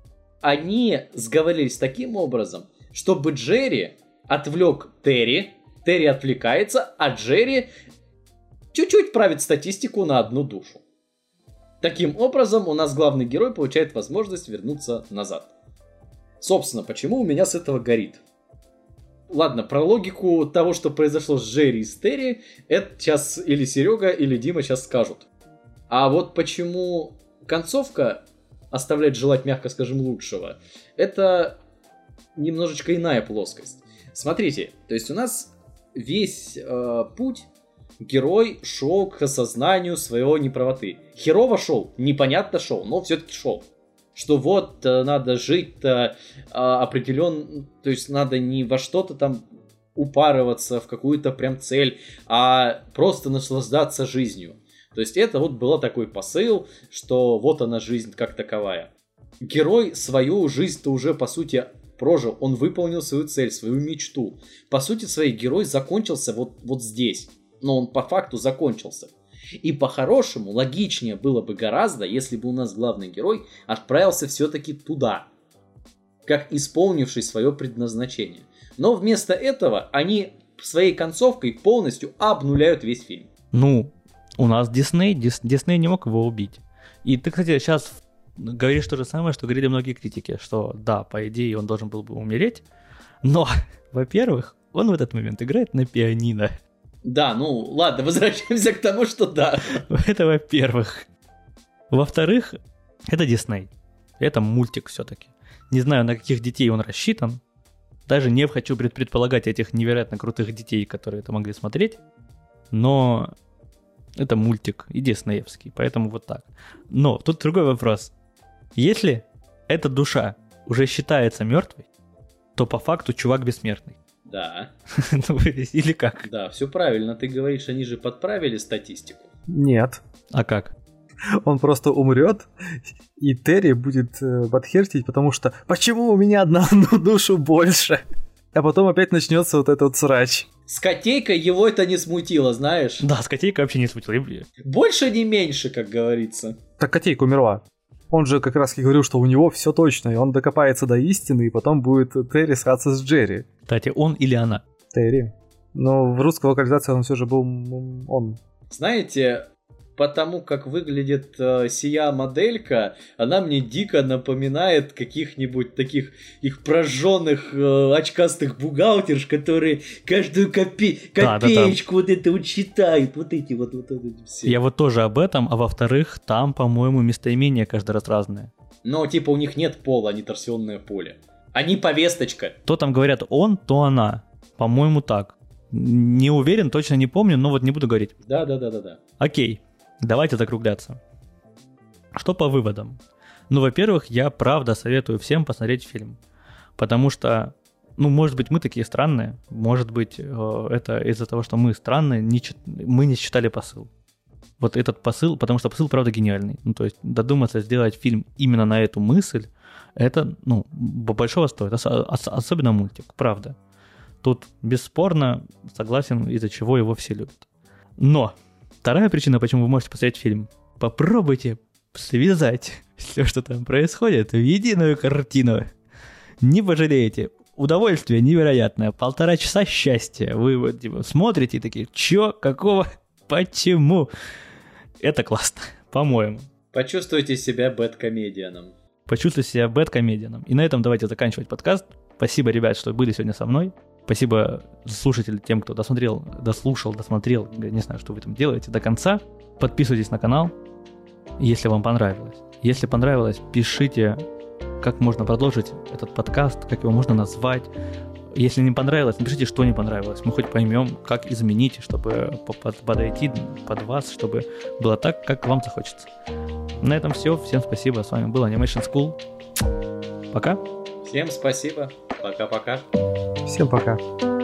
они сговорились таким образом, чтобы Джерри отвлек Терри, Терри отвлекается, а Джерри чуть-чуть правит статистику на одну душу. Таким образом, у нас главный герой получает возможность вернуться назад. Собственно, почему у меня с этого горит? Ладно, про логику того, что произошло с Джерри и с Терри, это сейчас или Серега, или Дима сейчас скажут. А вот почему концовка оставляет желать, мягко скажем, лучшего, это немножечко иная плоскость. Смотрите, то есть у нас весь путь герой шел к осознанию своего неправоты. Херово шел, непонятно шел, но все-таки шел. Что вот надо жить-то определенно, то есть надо не во что-то там упарываться в какую-то прям цель, а просто наслаждаться жизнью. То есть это вот был такой посыл, что вот она жизнь как таковая. Герой свою жизнь-то уже по сути прожил, он выполнил свою цель, свою мечту. По сути своей герой закончился вот здесь. Но он по факту закончился. И по-хорошему, логичнее было бы гораздо, если бы у нас главный герой отправился все-таки туда, как исполнивший свое предназначение. Но вместо этого они своей концовкой полностью обнуляют весь фильм. У нас Дисней не мог его убить. И ты, кстати, сейчас говоришь то же самое, что говорили многие критики, что да, по идее он должен был бы умереть, но, во-первых, он в этот момент играет на пианино. Да, ладно, возвращаемся к тому, что да. Это во-первых. Во-вторых, это Дисней. Это мультик все-таки. Не знаю, на каких детей он рассчитан. Даже не хочу предполагать этих невероятно крутых детей, которые это могли смотреть. Но это мультик и диснеевский, поэтому вот так. Но тут другой вопрос. Если эта душа уже считается мертвой, то по факту чувак бессмертный. Да. Или как? Да, все правильно. Ты говоришь, они же подправили статистику. Нет. А как? Он просто умрет, и Терри будет подхертить, потому что почему у меня на одну душу больше? А потом опять начнется вот этот срач. С котейкой его это не смутило, знаешь? Да, с котейкой вообще не смутило. Больше не меньше, как говорится. Так котейка умерла. Он же как раз и говорил, что у него все точно, и он докопается до истины, и потом будет Терри сраться с Джерри. Кстати, он или она? Терри. Но в русской локализации он все же был он. Знаете, потому как выглядит сия моделька, она мне дико напоминает каких-нибудь таких их прожженных очкастых бухгалтерш, которые каждую копеечку вот это вот считают, вот эти все. Я вот тоже об этом, а во-вторых, там, по-моему, местоимения каждый раз разные. Но типа у них нет пола, они торсионное поле. Они повесточка. То там говорят он, то она. По-моему, так. Не уверен, точно не помню, но вот не буду говорить. Да. Окей, давайте закругляться. Что по выводам? Ну, во-первых, я правда советую всем посмотреть фильм. Потому что, ну, может быть, мы такие странные. Может быть, это из-за того, что мы странные, мы не считали посыл. Вот этот посыл, потому что посыл, правда, гениальный. Ну, то есть додуматься сделать фильм именно на эту мысль, это, ну, большого стоит. Особенно мультик, правда. Тут бесспорно согласен, из-за чего его все любят. Но вторая причина, почему вы можете посмотреть фильм. Попробуйте связать все, что там происходит, в единую картину. Не пожалеете. Удовольствие невероятное. 1,5 часа счастья. Вы вот типа смотрите и такие, чё, какого, почему? Это классно, по-моему. Почувствуйте себя бэдкомедианом. Почувствуйте себя бэдкомедианом. И на этом давайте заканчивать подкаст. Спасибо, ребят, что были сегодня со мной. Спасибо слушателям, тем, кто досмотрел, не знаю, что вы там делаете, до конца. Подписывайтесь на канал, если вам понравилось. Если понравилось, пишите, как можно продолжить этот подкаст, как его можно назвать. Если не понравилось, напишите, что не понравилось. Мы хоть поймем, как изменить, чтобы подойти под вас, чтобы было так, как вам захочется. На этом все. Всем спасибо. С вами был Animation School. Пока. Всем спасибо. Пока-пока. Всем пока.